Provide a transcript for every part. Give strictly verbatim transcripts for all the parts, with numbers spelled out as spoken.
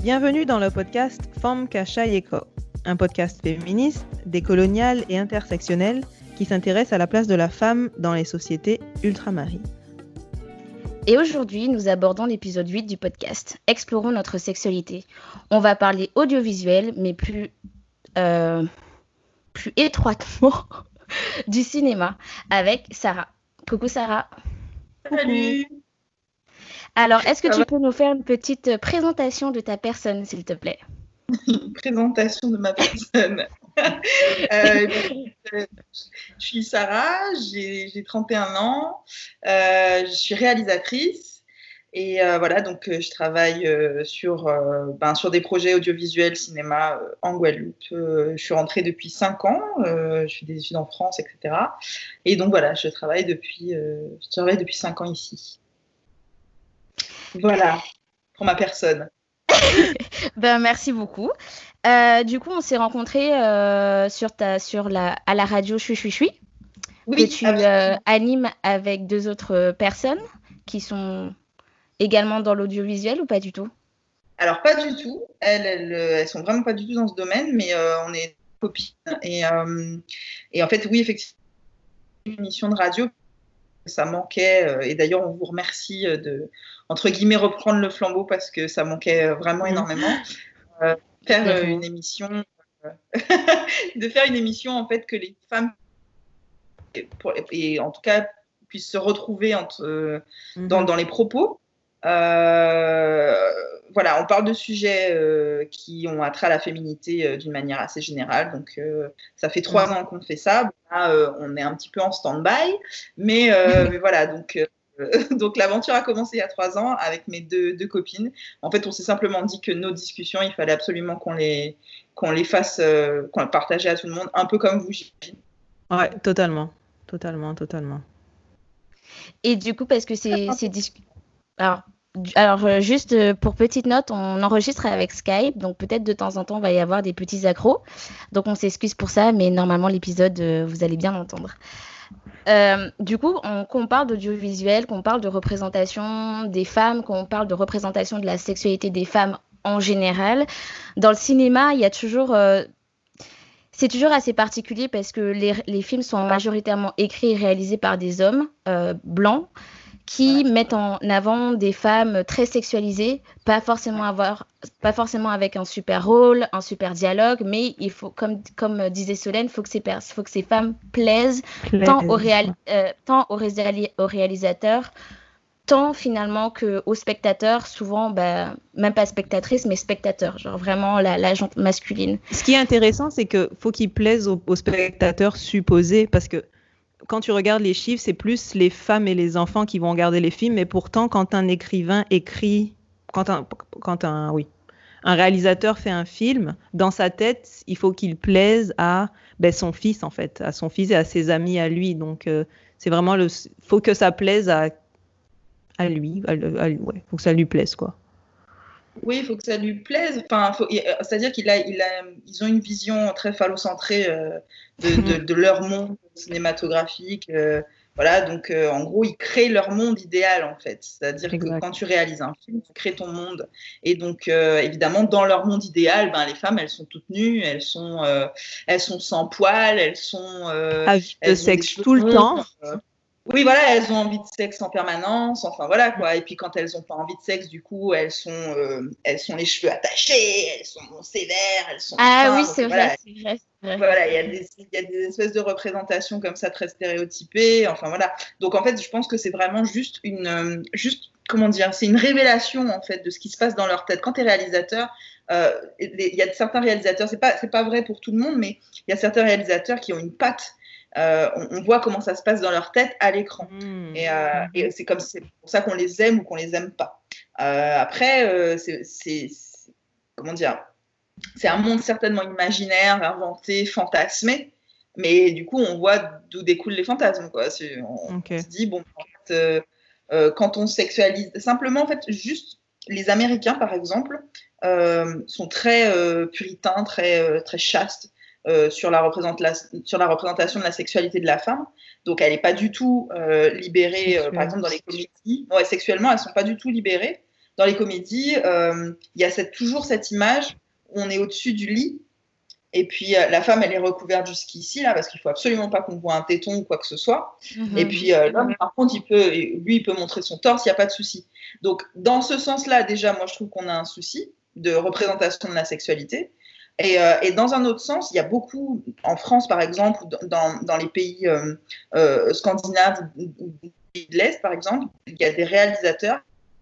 Bienvenue dans le podcast Femme Kachayeko, un podcast féministe, décolonial et intersectionnel qui s'intéresse à la place de la femme dans les sociétés ultramarines. Et aujourd'hui, nous abordons l'épisode huit du podcast « Explorons notre sexualité ». On va parler audiovisuel, mais plus, euh, plus étroitement du cinéma, avec Sarah. Coucou Sarah. Salut. Coucou. Alors, est-ce que tu peux nous faire une petite présentation de ta personne, s'il te plaît? Une présentation de ma personne. euh, je suis Sarah, j'ai, j'ai trente et un ans, euh, je suis réalisatrice et euh, voilà, donc euh, je travaille euh, sur, euh, ben, sur des projets audiovisuels cinéma euh, en Guadeloupe. Euh, je suis rentrée depuis cinq ans, euh, je fais des études en France, et cetera. Et donc voilà, je travaille depuis, euh, je travaille depuis cinq ans ici. Voilà, pour ma personne. Ben, merci beaucoup. Euh, du coup, on s'est rencontrés euh, sur ta, sur la, à la radio Chui Chui Chui, Oui, que tu euh, animes avec deux autres personnes qui sont également dans l'audiovisuel ou pas du tout? Alors, pas du tout. Elles, elles, elles sont vraiment pas du tout dans ce domaine, mais euh, on est copines. Et, euh, et en fait, oui, effectivement, une émission de radio, ça manquait. Euh, et d'ailleurs, on vous remercie de, entre guillemets, reprendre le flambeau parce que ça manquait vraiment mmh. énormément. Euh, faire euh, une émission, euh, de faire une émission en fait que les femmes, pour, et en tout cas, puissent se retrouver entre, euh, mmh. dans, dans les propos. Euh, voilà, on parle de sujets euh, qui ont attrait à la féminité euh, d'une manière assez générale. Donc, euh, ça fait trois mmh. ans qu'on fait ça. Là, euh, on est un petit peu en stand-by, mais, euh, mais voilà. Donc, euh, donc, l'aventure a commencé il y a trois ans avec mes deux, deux copines. En fait, on s'est simplement dit que nos discussions, il fallait absolument qu'on les, qu'on les fasse, euh, qu'on les partage à tout le monde, un peu comme vous, j'imagine. Ouais, totalement, totalement, totalement. Et du coup, parce que c'est, c'est discu- alors. Alors, juste pour petite note, on enregistre avec Skype, donc peut-être de temps en temps, il va y avoir des petits accros. Donc, on s'excuse pour ça, mais normalement, l'épisode, vous allez bien l'entendre. Euh, du coup, on, qu'on parle d'audiovisuel, qu'on parle de représentation des femmes, qu'on parle de représentation de la sexualité des femmes en général, dans le cinéma, il y a toujours... Euh, c'est toujours assez particulier parce que les, les films sont majoritairement écrits et réalisés par des hommes euh, blancs, qui voilà. mettent en avant des femmes très sexualisées, pas forcément, avoir, pas forcément avec un super rôle, un super dialogue, mais il faut, comme, comme disait Solène, il faut que ces, faut que ces femmes plaisent, plaisent. Tant, au réal, euh, tant aux, réali- aux réalisateurs, tant finalement qu'aux spectateurs, souvent, bah, même pas spectatrices, mais spectateurs, genre vraiment la, la jante masculine. Ce qui est intéressant, c'est qu'il faut qu'ils plaisent aux, aux spectateurs supposés, parce que quand tu regardes les chiffres, c'est plus les femmes et les enfants qui vont regarder les films, mais pourtant, quand un écrivain écrit, quand un, quand un, oui, un réalisateur fait un film, dans sa tête, il faut qu'il plaise à ben, son fils, en fait, à son fils et à ses amis à lui. Donc, euh, c'est vraiment le, faut que ça plaise à, à lui, à, à, ouais, faut que ça lui plaise, quoi. Oui, il faut que ça lui plaise. Enfin, faut, c'est-à-dire qu'il a, il a, ils ont une vision très phallocentrée euh, de, de, de leur monde cinématographique. Euh, voilà, donc euh, en gros, ils créent leur monde idéal en fait. C'est-à-dire exact. Que quand tu réalises un film, tu crées ton monde. Et donc, euh, évidemment, dans leur monde idéal, ben, les femmes, elles sont toutes nues, elles sont, euh, elles sont sans poils, elles sont. Euh, Avec de sexe tout le temps. Euh, Oui, voilà, elles ont envie de sexe en permanence, enfin voilà quoi. Et puis quand elles n'ont pas envie de sexe, du coup, elles sont, euh, elles sont les cheveux attachés, elles sont sévères, elles sont. Ah enfin, oui, c'est, voilà. vrai, c'est vrai, c'est vrai. Voilà, il y a des, il y a des espèces de représentations comme ça très stéréotypées, enfin voilà. Donc en fait, je pense que c'est vraiment juste une, juste comment dire, c'est une révélation en fait de ce qui se passe dans leur tête. Quand tu es réalisateur, euh, il y a certains réalisateurs, c'est pas, c'est pas vrai pour tout le monde, mais il y a certains réalisateurs qui ont une patte. Euh, on, on voit comment ça se passe dans leur tête à l'écran. Mmh. Et, euh, et c'est, comme, c'est pour ça qu'on les aime ou qu'on les aime pas. Euh, après, euh, c'est, c'est, c'est, comment dire, c'est un monde certainement imaginaire, inventé, fantasmé, mais du coup, on voit d'où découlent les fantasmes. Quoi. C'est, on, okay. on se dit, bon, en fait, euh, euh, quand on sexualise, simplement, en fait, juste les Américains, par exemple, euh, sont très euh, puritains, très, euh, très chastes. Euh, sur, la sur la représentation de la sexualité de la femme. Donc, elle n'est pas du tout euh, libérée, euh, par exemple, dans les comédies. Ouais, sexuellement, elles ne sont pas du tout libérées. dans les comédies, euh, il y a cette, toujours cette image où on est au-dessus du lit. Et puis, euh, la femme, elle est recouverte jusqu'ici, là, parce qu'il ne faut absolument pas qu'on voit un téton ou quoi que ce soit. Mm-hmm. Et puis, euh, l'homme, par contre, il peut, lui, il peut montrer son torse, il n'y a pas de souci. Donc, dans ce sens-là, déjà, moi, je trouve qu'on a un souci de représentation de la sexualité. Et, euh, et dans un autre sens, il y a beaucoup, en France, par exemple, ou dans, dans les pays euh, euh, scandinaves ou, ou pays de l'Est, par exemple, il y a des réalisateurs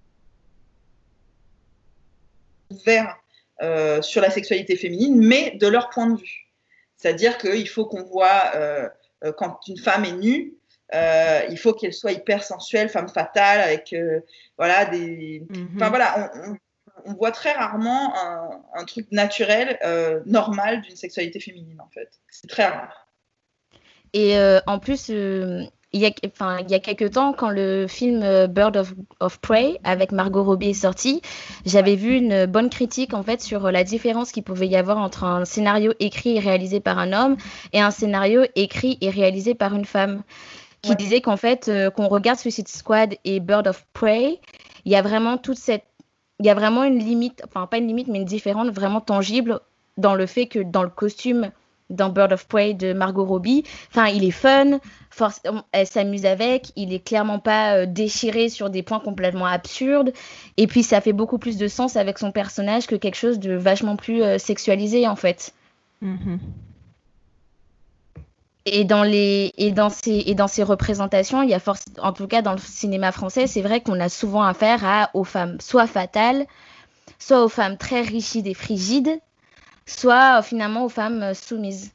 ouverts Euh, sur la sexualité féminine, mais de leur point de vue. C'est-à-dire qu'il faut qu'on voit, euh, euh, quand une femme est nue, euh, il faut qu'elle soit hyper sensuelle, femme fatale, avec euh, voilà, des... Mm-hmm. Enfin voilà, on, on, on voit très rarement un, un truc naturel, euh, normal d'une sexualité féminine, en fait. C'est très rare. Et euh, en plus... Euh... Il y, a, enfin, il y a quelques temps, quand le film Bird of, of Prey avec Margot Robbie est sorti, j'avais vu une bonne critique en fait sur la différence qu'il pouvait y avoir entre un scénario écrit et réalisé par un homme et un scénario écrit et réalisé par une femme, qui ouais. disait qu'en fait, euh, qu'on regarde Suicide Squad et Bird of Prey, il y a vraiment toute cette, il y a vraiment une limite, enfin pas une limite, mais une différence vraiment tangible dans le fait que dans le costume dans Bird of Prey de Margot Robbie, enfin il est fun, force, elle s'amuse avec, il est clairement pas euh, déchiré sur des points complètement absurdes, et puis ça fait beaucoup plus de sens avec son personnage que quelque chose de vachement plus euh, sexualisé en fait. Mm-hmm. Et dans les et dans ces et dans ces représentations, il y a force, en tout cas dans le cinéma français, c'est vrai qu'on a souvent affaire à aux femmes soit fatales, soit aux femmes très rigides et frigides, soit euh, finalement aux femmes euh, soumises.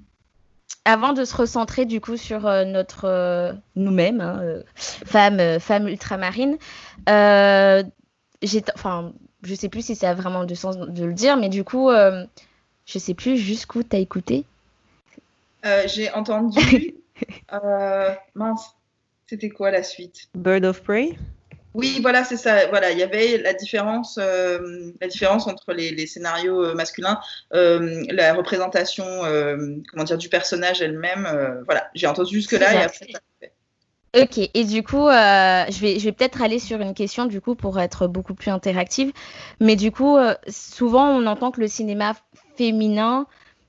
Avant de se recentrer du coup sur euh, notre euh, nous-mêmes, hein, euh, femmes, euh, femmes ultramarines, euh, j'ai, enfin, je sais plus si ça a vraiment du sens de le dire, mais du coup, euh, je sais plus jusqu'où t'as écouté. Euh, j'ai entendu. euh, mince, c'était quoi la suite? Bird of Prey. Oui, voilà, c'est ça. Voilà, il y avait la différence, euh, la différence entre les, les scénarios masculins, euh, la représentation, euh, comment dire, du personnage elle-même. Euh, voilà, j'ai entendu jusque-là et après. Ça fait. Ok, et du coup, euh, je vais, je vais peut-être aller sur une question du coup pour être beaucoup plus interactive. Mais du coup, euh, souvent on entend que le cinéma féminin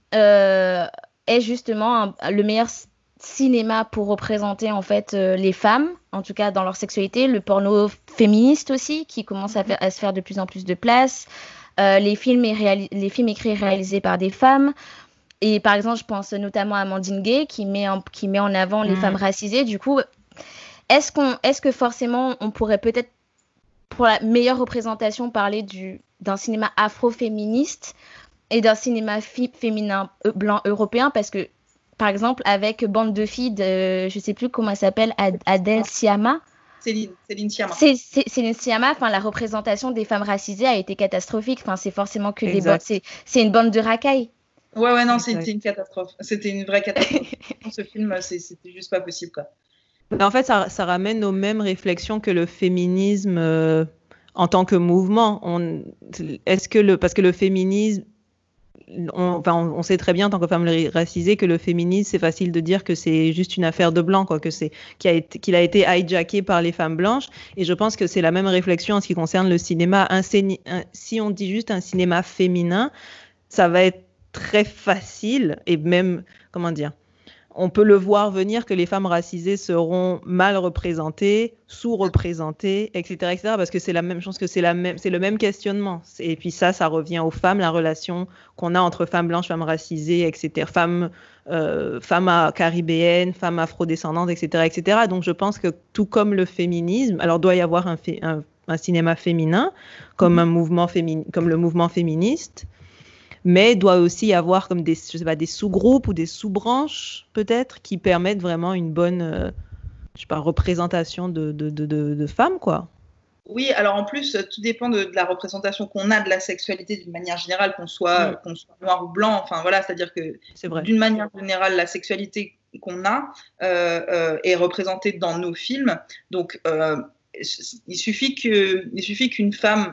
euh, est justement un, le meilleur cinéma pour représenter en fait euh, les femmes, en tout cas dans leur sexualité, le porno féministe aussi qui commence à, faire, à se faire de plus en plus de place, euh, les films et réali- les films écrits et réalisés par des femmes. Et par exemple, je pense notamment à Amandine Gay qui met en, qui met en avant les mmh. femmes racisées. Du coup, est-ce qu'on, est-ce que forcément on pourrait peut-être pour la meilleure représentation parler du, d'un cinéma afro-féministe et d'un cinéma fi- féminin euh, blanc européen, parce que par exemple, avec Bande de filles de, je ne sais plus comment elle s'appelle, Ad- Adèle Sciamma. Céline, Céline Sciamma. C'est, c'est, Céline Sciamma, enfin, la représentation des femmes racisées a été catastrophique. Enfin, c'est forcément que exact. des bandes. C'est, c'est une bande de racailles. Ouais, ouais, non, c'était une catastrophe. C'était une vraie catastrophe. Ce film, c'est, c'était juste pas possible, quoi. Mais en fait, ça, ça ramène aux mêmes réflexions que le féminisme euh, en tant que mouvement. On, est-ce que le, parce que le féminisme, On, enfin, on, on sait très bien en tant que femme racisée que le féminisme, c'est facile de dire que c'est juste une affaire de blanc, quoi, que c'est, qu'il a été, qu'il a été hijacké par les femmes blanches. Et je pense que c'est la même réflexion en ce qui concerne le cinéma. Un, un, si on dit juste un cinéma féminin, ça va être très facile et même, comment dire, on peut le voir venir que les femmes racisées seront mal représentées, sous-représentées, et cetera, et cetera, parce que c'est la même chose, que c'est la même, c'est le même questionnement. Et puis ça, ça revient aux femmes, la relation qu'on a entre femmes blanches, femmes racisées, et cetera, femmes, euh, femmes caribéennes, femmes afrodescendantes, et cetera, et cetera. Donc je pense que tout comme le féminisme, alors doit y avoir un, fé- un, un cinéma féminin, comme un mouvement fémin- comme le mouvement féministe. Mais il doit aussi y avoir comme des, je sais pas, des sous-groupes ou des sous-branches, peut-être, qui permettent vraiment une bonne euh, je sais pas, représentation de, de, de, de, de femmes, quoi. Oui, alors en plus, tout dépend de, de la représentation qu'on a de la sexualité d'une manière générale, qu'on soit, mmh. qu'on soit noir ou blanc. Enfin, voilà, c'est-à-dire que d'une manière générale, la sexualité qu'on a euh, euh, est représentée dans nos films. Donc, euh, il suffit que, il suffit qu'une femme,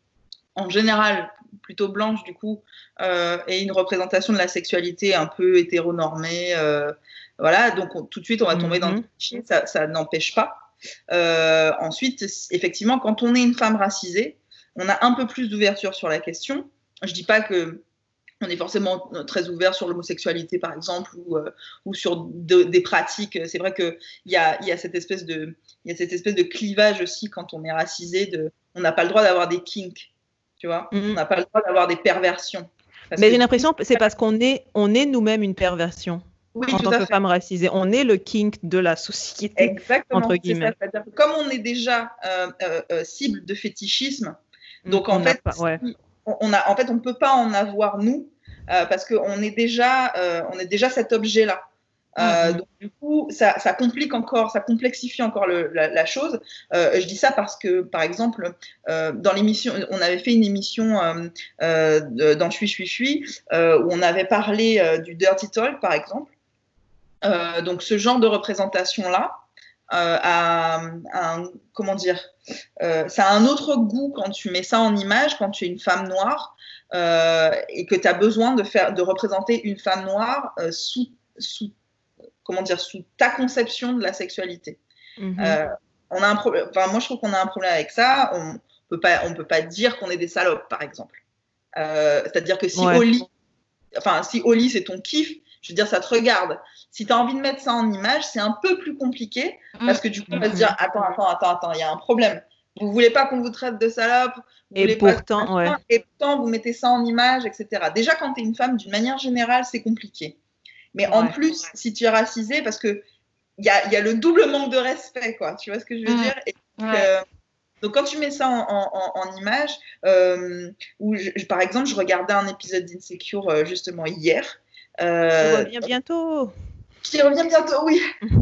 en général, plutôt blanche du coup, euh, et une représentation de la sexualité un peu hétéronormée, euh, voilà, donc on, tout de suite on va tomber mm-hmm. dans le cliché, ça, ça n'empêche pas. Euh, ensuite, effectivement, quand on est une femme racisée, on a un peu plus d'ouverture sur la question. Je dis pas que on est forcément très ouvert sur l'homosexualité, par exemple, ou, euh, ou sur de, des pratiques. C'est vrai qu'il y a, y a cette espèce de, il y a cette espèce de clivage aussi quand on est racisé. De, on n'a pas le droit d'avoir des kinks, tu vois. Mm-hmm. On n'a pas le droit d'avoir des perversions. Mais j'ai l'impression que c'est parce qu'on est, on est nous-mêmes une perversion. Oui, en tant que fait. Femme racisée, on est le kink de la société. Exactement. Entre guillemets. Ça, c'est-à-dire que comme on est déjà euh, euh, euh, cible de fétichisme, donc en fait, pas, ouais. on a, en fait, on ne peut pas en avoir nous euh, parce qu'on est déjà, euh, on est déjà cet objet-là. Euh, mm-hmm. Donc du coup, ça, ça complique encore, ça complexifie encore le, la, la chose. Euh, je dis ça parce que, par exemple, euh, dans l'émission, on avait fait une émission euh, euh, dans Chui Chui Chui euh, où on avait parlé euh, du dirty talk, par exemple. Euh, donc ce genre de représentation-là euh, a, a un, comment dire, euh, ça a un autre goût quand tu mets ça en image, quand tu es une femme noire euh, et que tu as besoin de faire, de représenter une femme noire euh, sous, sous, comment dire, sous ta conception de la sexualité. Mm-hmm. Euh, on a un problème. Enfin, moi je trouve qu'on a un problème avec ça. On peut pas, on peut pas dire qu'on est des salopes, par exemple. Euh, c'est-à-dire que si ouais. au lit, enfin si au lit c'est ton kiff. Je veux dire, ça te regarde. Si tu as envie de mettre ça en image, c'est un peu plus compliqué parce que du coup, on va se dire attends, attends, attends, attends, il y a un problème. Vous voulez pas qu'on vous traite de salope, vous et voulez pourtant, pas ouais. Et pourtant, vous mettez ça en image, et cetera. Déjà, quand tu es une femme, d'une manière générale, c'est compliqué. Mais ouais, en plus, ouais. si tu es racisée, parce que il y a, y a le double manque de respect, quoi. Tu vois ce que je veux mmh. dire et donc, ouais. euh, donc, quand tu mets ça en, en, en image, euh, où je, par exemple, je regardais un épisode d'Insecure euh, justement hier. Euh, qui revient bientôt. Qui revient bientôt, oui.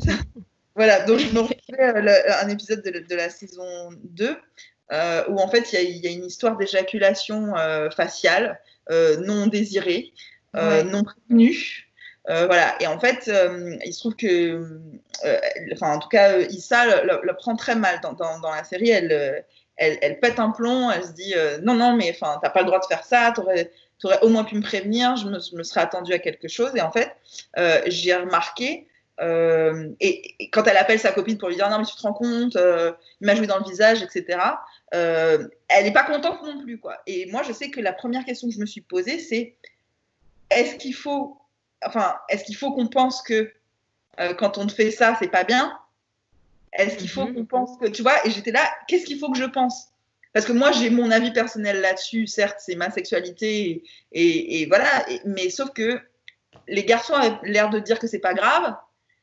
Voilà, donc je me retrouvais un épisode de, de la saison deux euh, où en fait il y, y a une histoire d'éjaculation euh, faciale euh, non désirée, euh, ouais. non prévenue. Euh, voilà, et en fait, euh, il se trouve que, euh, enfin, en tout cas, Issa le, le, le prend très mal dans, dans, dans la série. Elle, elle, elle pète un plomb, elle se dit euh, non, non, mais enfin, t'as pas le droit de faire ça, t'aurais. Tu aurais au moins pu me prévenir, je me, je me serais attendue à quelque chose. Et en fait, euh, j'ai remarqué, euh, et, et quand elle appelle sa copine pour lui dire non, mais tu te rends compte, euh, il m'a joué dans le visage, et cetera, euh, elle n'est pas contente non plus, quoi. Et moi, je sais que la première question que je me suis posée, c'est est-ce qu'il faut, enfin, est-ce qu'il faut qu'on pense que euh, quand on te fait ça, c'est pas bien? Est-ce qu'il faut mm-hmm. qu'on pense que, tu vois, et j'étais là, qu'est-ce qu'il faut que je pense? Parce que moi, j'ai mon avis personnel là-dessus. Certes, c'est ma sexualité. Et, et, et voilà. Et, mais sauf que les garçons avaient l'air de dire que c'est pas grave.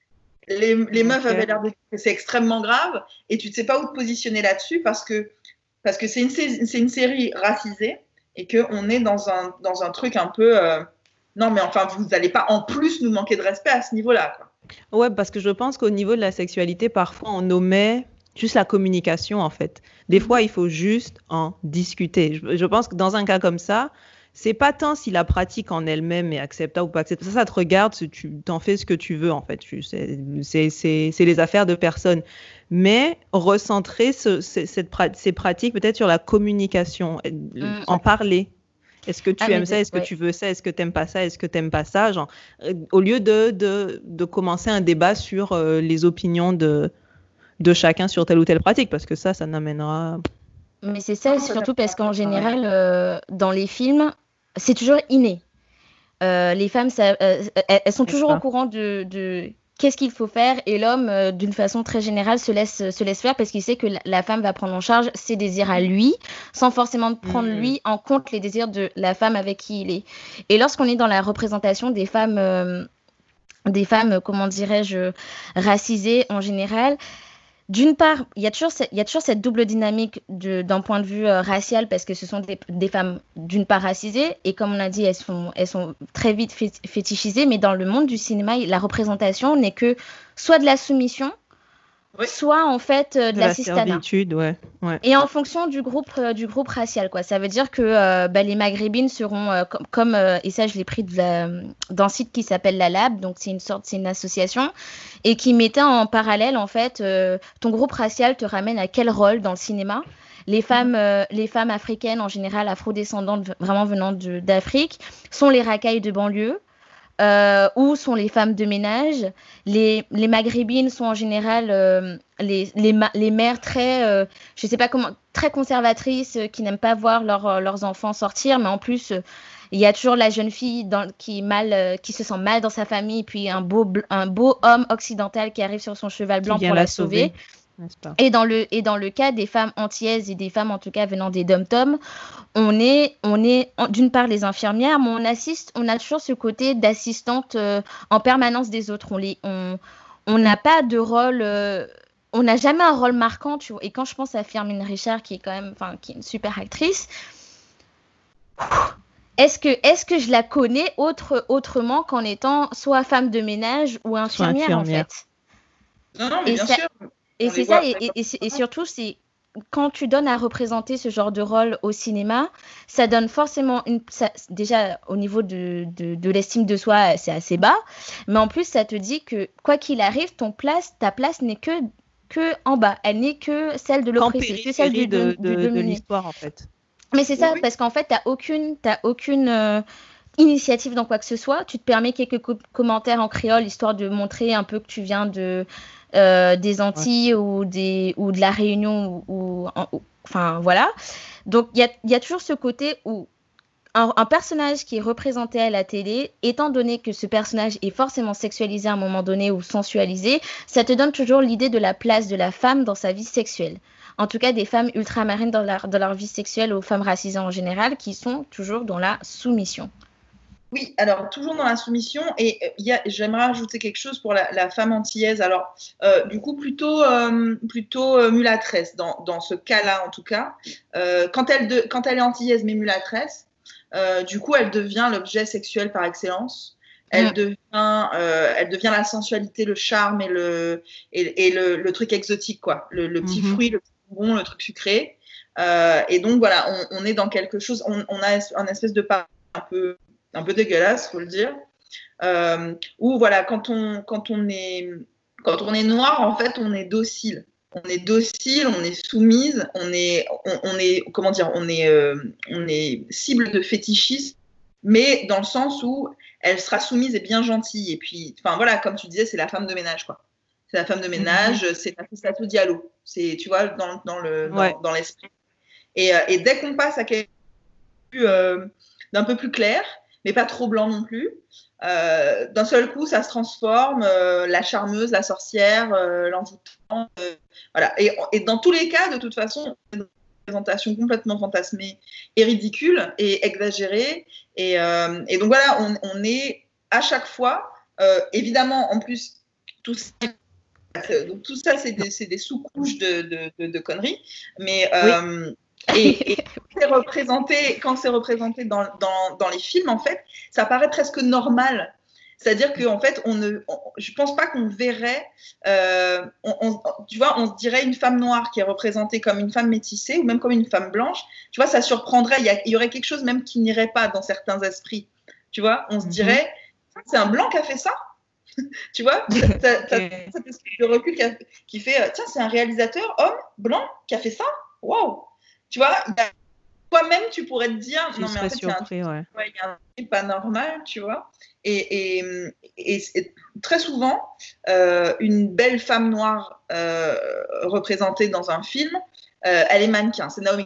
Les, les meufs okay. avaient l'air de dire que c'est extrêmement grave. Et tu ne sais pas où te positionner là-dessus parce que, parce que c'est, une, c'est une série racisée et qu'on est dans un, dans un truc un peu... Euh, non, mais enfin, vous n'allez pas en plus nous manquer de respect à ce niveau-là, quoi. Ouais, parce que je pense qu'au niveau de la sexualité, parfois, on omet... juste la communication, en fait. Des fois, il faut juste en discuter. Je, je pense que dans un cas comme ça, c'est pas tant si la pratique en elle-même est acceptable ou pas acceptable. Ça, ça te regarde, tu t'en fais ce que tu veux, en fait. Tu, c'est, c'est, c'est, c'est les affaires de personne. Mais recentrer ce, ce, cette, ces pratiques peut-être sur la communication, mmh. en parler. Est-ce que tu ah, aimes ça? Est-ce ouais. que tu veux ça? Est-ce que tu n'aimes pas ça? Est-ce que tu n'aimes pas ça? Genre, euh, au lieu de, de, de commencer un débat sur euh, les opinions de... de chacun sur telle ou telle pratique, parce que ça, ça n'amènera... Mais c'est ça, surtout parce qu'en général, euh, dans les films, c'est toujours inné. Euh, les femmes, ça, euh, elles sont toujours au courant de, de qu'est-ce qu'il faut faire, et l'homme, euh, d'une façon très générale, se laisse, se laisse faire parce qu'il sait que la, la femme va prendre en charge ses désirs à lui, sans forcément prendre mmh. lui en compte les désirs de la femme avec qui il est. Et lorsqu'on est dans la représentation des femmes, euh, des femmes, comment dirais-je, racisées en général, d'une part, il y a toujours, il y a toujours cette double dynamique de, d'un point de vue euh, racial parce que ce sont des, des femmes d'une part racisées et comme on l'a dit, elles sont, elles sont très vite fétichisées, mais dans le monde du cinéma, la représentation n'est que soit de la soumission, oui. soit en fait euh, de, de l'assistanat. La servitude, ouais, ouais. Et en fonction du groupe, euh, du groupe racial, quoi. Ça veut dire que euh, bah, les maghrébines seront euh, com- comme, euh, et ça je l'ai pris de la, d'un site qui s'appelle La Lab, donc c'est une sorte, c'est une association, et qui mettait en parallèle en fait, euh, ton groupe racial te ramène à quel rôle dans le cinéma. Les femmes, euh, les femmes africaines en général, afro-descendantes, vraiment venant de, d'Afrique, sont les racailles de banlieue. Euh, où sont les femmes de ménage. Les, les maghrébines sont en général euh, les, les, ma- les mères très, euh, je sais pas comment, très conservatrices euh, qui n'aiment pas voir leur, leurs enfants sortir, mais en plus, euh, il y a toujours la jeune fille dans, qui, mal, euh, qui se sent mal dans sa famille, puis un beau, bl- un beau homme occidental qui arrive sur son cheval blanc Qui vient pour la la sauver. sauver, n'est-ce pas? Et dans, le, et dans le cas des femmes antillaises et des femmes en tout cas venant des dom-toms, on est, on est en- d'une part les infirmières, mais on assiste, on a toujours ce côté d'assistante euh, en permanence des autres. On les, on, on n'a pas de rôle, euh, on n'a jamais un rôle marquant, tu vois. Et quand je pense à Firmin Richard, qui est quand même, enfin, qui est une super actrice, est-ce que, est-ce que je la connais autre, autrement qu'en étant soit femme de ménage ou Soit infirmière, en infirmière. fait. Non, non, mais Et bien ça, sûr. et On c'est les ça, voit et, et- et c'est- et surtout, c'est quand tu donnes à représenter ce genre de rôle au cinéma, ça donne forcément une. Ça- déjà, au niveau de, de, de l'estime de soi, c'est assez bas, mais en plus, ça te dit que quoi qu'il arrive, ton place, ta place n'est que, que en bas. Elle n'est que celle de Qu'en l'oppressé, que celle périphérie du, de, du de, de dominé. l'histoire, en fait. Mais c'est ça, Oui. parce qu'en fait, tu n'as aucune, t'as aucune euh, initiative dans quoi que ce soit. Tu te permets quelques co- commentaires en créole, histoire de montrer un peu que tu viens de, euh, des Antilles ou, des, ou de la Réunion. Ou, ou- en- ou- enfin, voilà. Donc, il y a, il y a toujours ce côté où un, un personnage qui est représenté à la télé, étant donné que ce personnage est forcément sexualisé à un moment donné ou sensualisé, ça te donne toujours l'idée de la place de la femme dans sa vie sexuelle. En tout cas, des femmes ultramarines dans leur, dans leur vie sexuelle, aux femmes racisées en général, qui sont toujours dans la soumission. Oui, alors toujours dans la soumission, et euh, il y a, j'aimerais ajouter quelque chose pour la, la femme antillaise. Alors, euh, du coup, plutôt, euh, plutôt euh, mulâtresse, dans, dans ce cas-là en tout cas. Euh, quand, elle de, quand elle est antillaise mais mulâtresse, euh, du coup, elle devient l'objet sexuel par excellence. Elle, Mm. devient, euh, elle devient la sensualité, le charme et le, et, et le, le truc exotique, quoi. Le, le petit Mhm. fruit, le petit bonbon, le truc sucré. Euh, et donc, voilà, on, on est dans quelque chose, on, on a un espèce de pas un peu un peu dégueulasse, faut le dire, euh, où voilà, quand on, quand on est, quand on est noir, en fait, on est docile. On est docile, on est soumise, on est, on, on est, comment dire, on est, euh, on est cible de fétichisme, mais dans le sens où elle sera soumise et bien gentille. Et puis, enfin voilà, comme tu disais, c'est la femme de ménage, quoi. C'est la femme de ménage, mm-hmm. c'est Nafissatou Diallo. C'est, tu vois, dans, dans le, dans, Ouais. dans l'esprit. Et, euh, et dès qu'on passe à quelque chose euh, d'un peu plus clair, mais pas trop blanc non plus. Euh, d'un seul coup, ça se transforme, euh, la charmeuse, la sorcière, euh, l'envoûtant. Euh, voilà. Et, et dans tous les cas, de toute façon, une présentation complètement fantasmée et ridicule et exagérée. Et, euh, et donc voilà, on, on est à chaque fois, euh, évidemment, en plus, tout ça, donc tout ça c'est des, c'est des sous-couches de, de, de, de conneries. Mais. Euh, oui. Et, et c'est représenté, quand c'est représenté dans, dans, dans les films, en fait, ça paraît presque normal. C'est-à-dire qu'en fait, on ne, on, je ne pense pas qu'on verrait, euh, on, on, tu vois, on se dirait une femme noire qui est représentée comme une femme métissée ou même comme une femme blanche. Tu vois, ça surprendrait. Il y, a, il y aurait quelque chose même qui n'irait pas dans certains esprits. Tu vois, on se dirait, c'est un blanc qui a fait ça. Tu vois, t'as, t'as, okay. Cette espèce de recul qui, a, qui fait, tiens, c'est un réalisateur homme blanc qui a fait ça. Waouh! Tu vois, toi-même, tu pourrais te dire, je non, mais en fait, surpris, il y a un ouais. truc, y a un truc pas normal, tu vois. Et, et, et, et très souvent, euh, une belle femme noire euh, représentée dans un film, euh, elle est mannequin, c'est Naomi.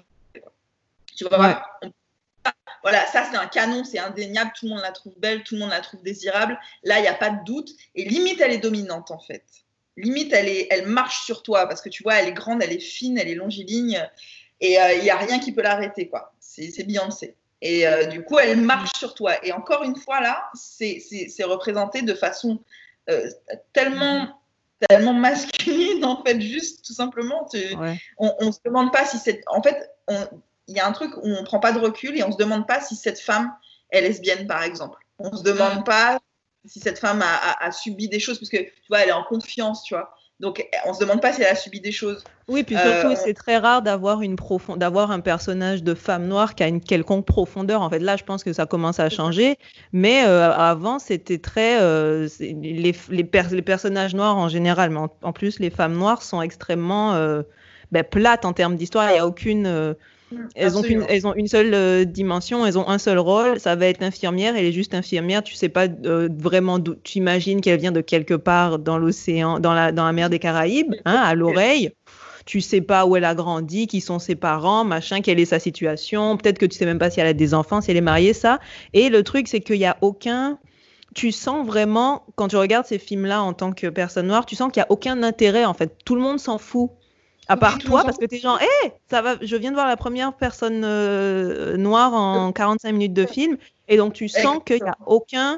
Tu vois, ouais. on, voilà, ça c'est un canon, c'est indéniable, tout le monde la trouve belle, tout le monde la trouve désirable. Là, il n'y a pas de doute. Et limite, elle est dominante, en fait. Limite, elle, est, elle marche sur toi, parce que tu vois, elle est grande, elle est fine, elle est longiligne. Et il euh, n'y a rien qui peut l'arrêter, quoi. C'est, c'est Beyoncé. Et euh, du coup, elle marche sur toi. Et encore une fois, là, c'est, c'est, c'est représenté de façon euh, tellement, tellement masculine, en fait, juste, tout simplement. Tu, ouais. On ne se demande pas si c'est... En fait, il y a un truc où on ne prend pas de recul et on ne se demande pas si cette femme est lesbienne, par exemple. On ne se demande mmh. pas si cette femme a, a, a subi des choses, parce que, tu vois, elle est en confiance, tu vois. Donc, on ne se demande pas si elle a subi des choses. Oui, puis surtout, euh, on... c'est très rare d'avoir, une profond... d'avoir un personnage de femme noire qui a une quelconque profondeur. En fait, là, je pense que ça commence à changer. Mais euh, avant, c'était très... Euh, c'est... Les, les, per... les personnages noirs en général, mais en, en plus, les femmes noires sont extrêmement euh, ben, plates en termes d'histoire. Il n'y a aucune... Euh... Elles ont, une, elles ont une seule euh, dimension, elles ont un seul rôle, ça va être infirmière, elle est juste infirmière, tu sais pas euh, vraiment d'où, tu imagines qu'elle vient de quelque part dans l'océan, dans la, dans la mer des Caraïbes, hein, à l'oreille. Tu sais pas où elle a grandi, qui sont ses parents, machin, quelle est sa situation. Peut-être que tu sais même pas si elle a des enfants, si elle est mariée, ça. Et le truc, c'est qu'il y a aucun... Tu sens vraiment, quand tu regardes ces films-là en tant que personne noire, tu sens qu'il y a aucun intérêt, en fait. Tout le monde s'en fout. À part oui, toi, parce que t'es genre, hé, hey, ça va, je viens de voir la première personne euh, noire en quarante-cinq minutes de film. Et donc, tu sens qu'il n'y a aucun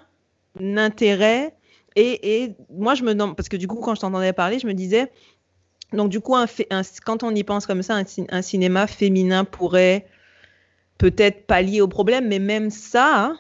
intérêt. Et, et moi, je me demande, parce que du coup, quand je t'entendais parler, je me disais... Donc, du coup, un, un, quand on y pense comme ça, un, un cinéma féminin pourrait peut-être pallier au problème, mais même ça, hein,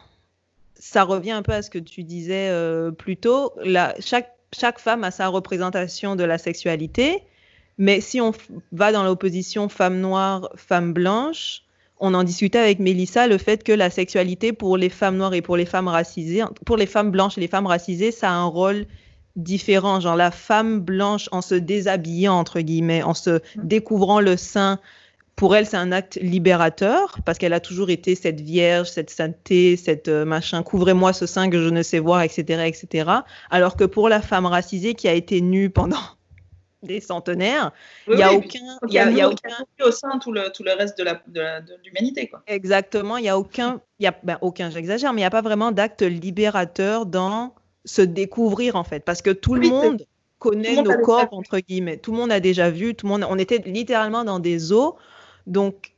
ça revient un peu à ce que tu disais euh, plus tôt. La, chaque, chaque femme a sa représentation de la sexualité, mais si on f- va dans l'opposition femme noire, femme blanche, on en discutait avec Mélissa, le fait que la sexualité pour les femmes noires et pour les femmes racisées, pour les femmes blanches et les femmes racisées, ça a un rôle différent, genre la femme blanche en se déshabillant, entre guillemets, en se découvrant le sein, pour elle, c'est un acte libérateur, parce qu'elle a toujours été cette vierge, cette sainteté, cette euh, machin, couvrez-moi ce sein que je ne sais voir, et cetera, et cetera. Alors que pour la femme racisée qui a été nue pendant des centenaires, il oui, n'y a oui, aucun... Il y a, y a aucun... au sein tout le, tout le reste de, la, de, la, de l'humanité, quoi. Exactement, il n'y a aucun... Y a, ben, aucun, j'exagère, mais il n'y a pas vraiment d'acte libérateur dans... se découvrir en fait, parce que tout le oui, monde c'est... connaît le monde nos corps entre guillemets, tout le monde a déjà vu, tout le monde, on était littéralement dans des zoos, donc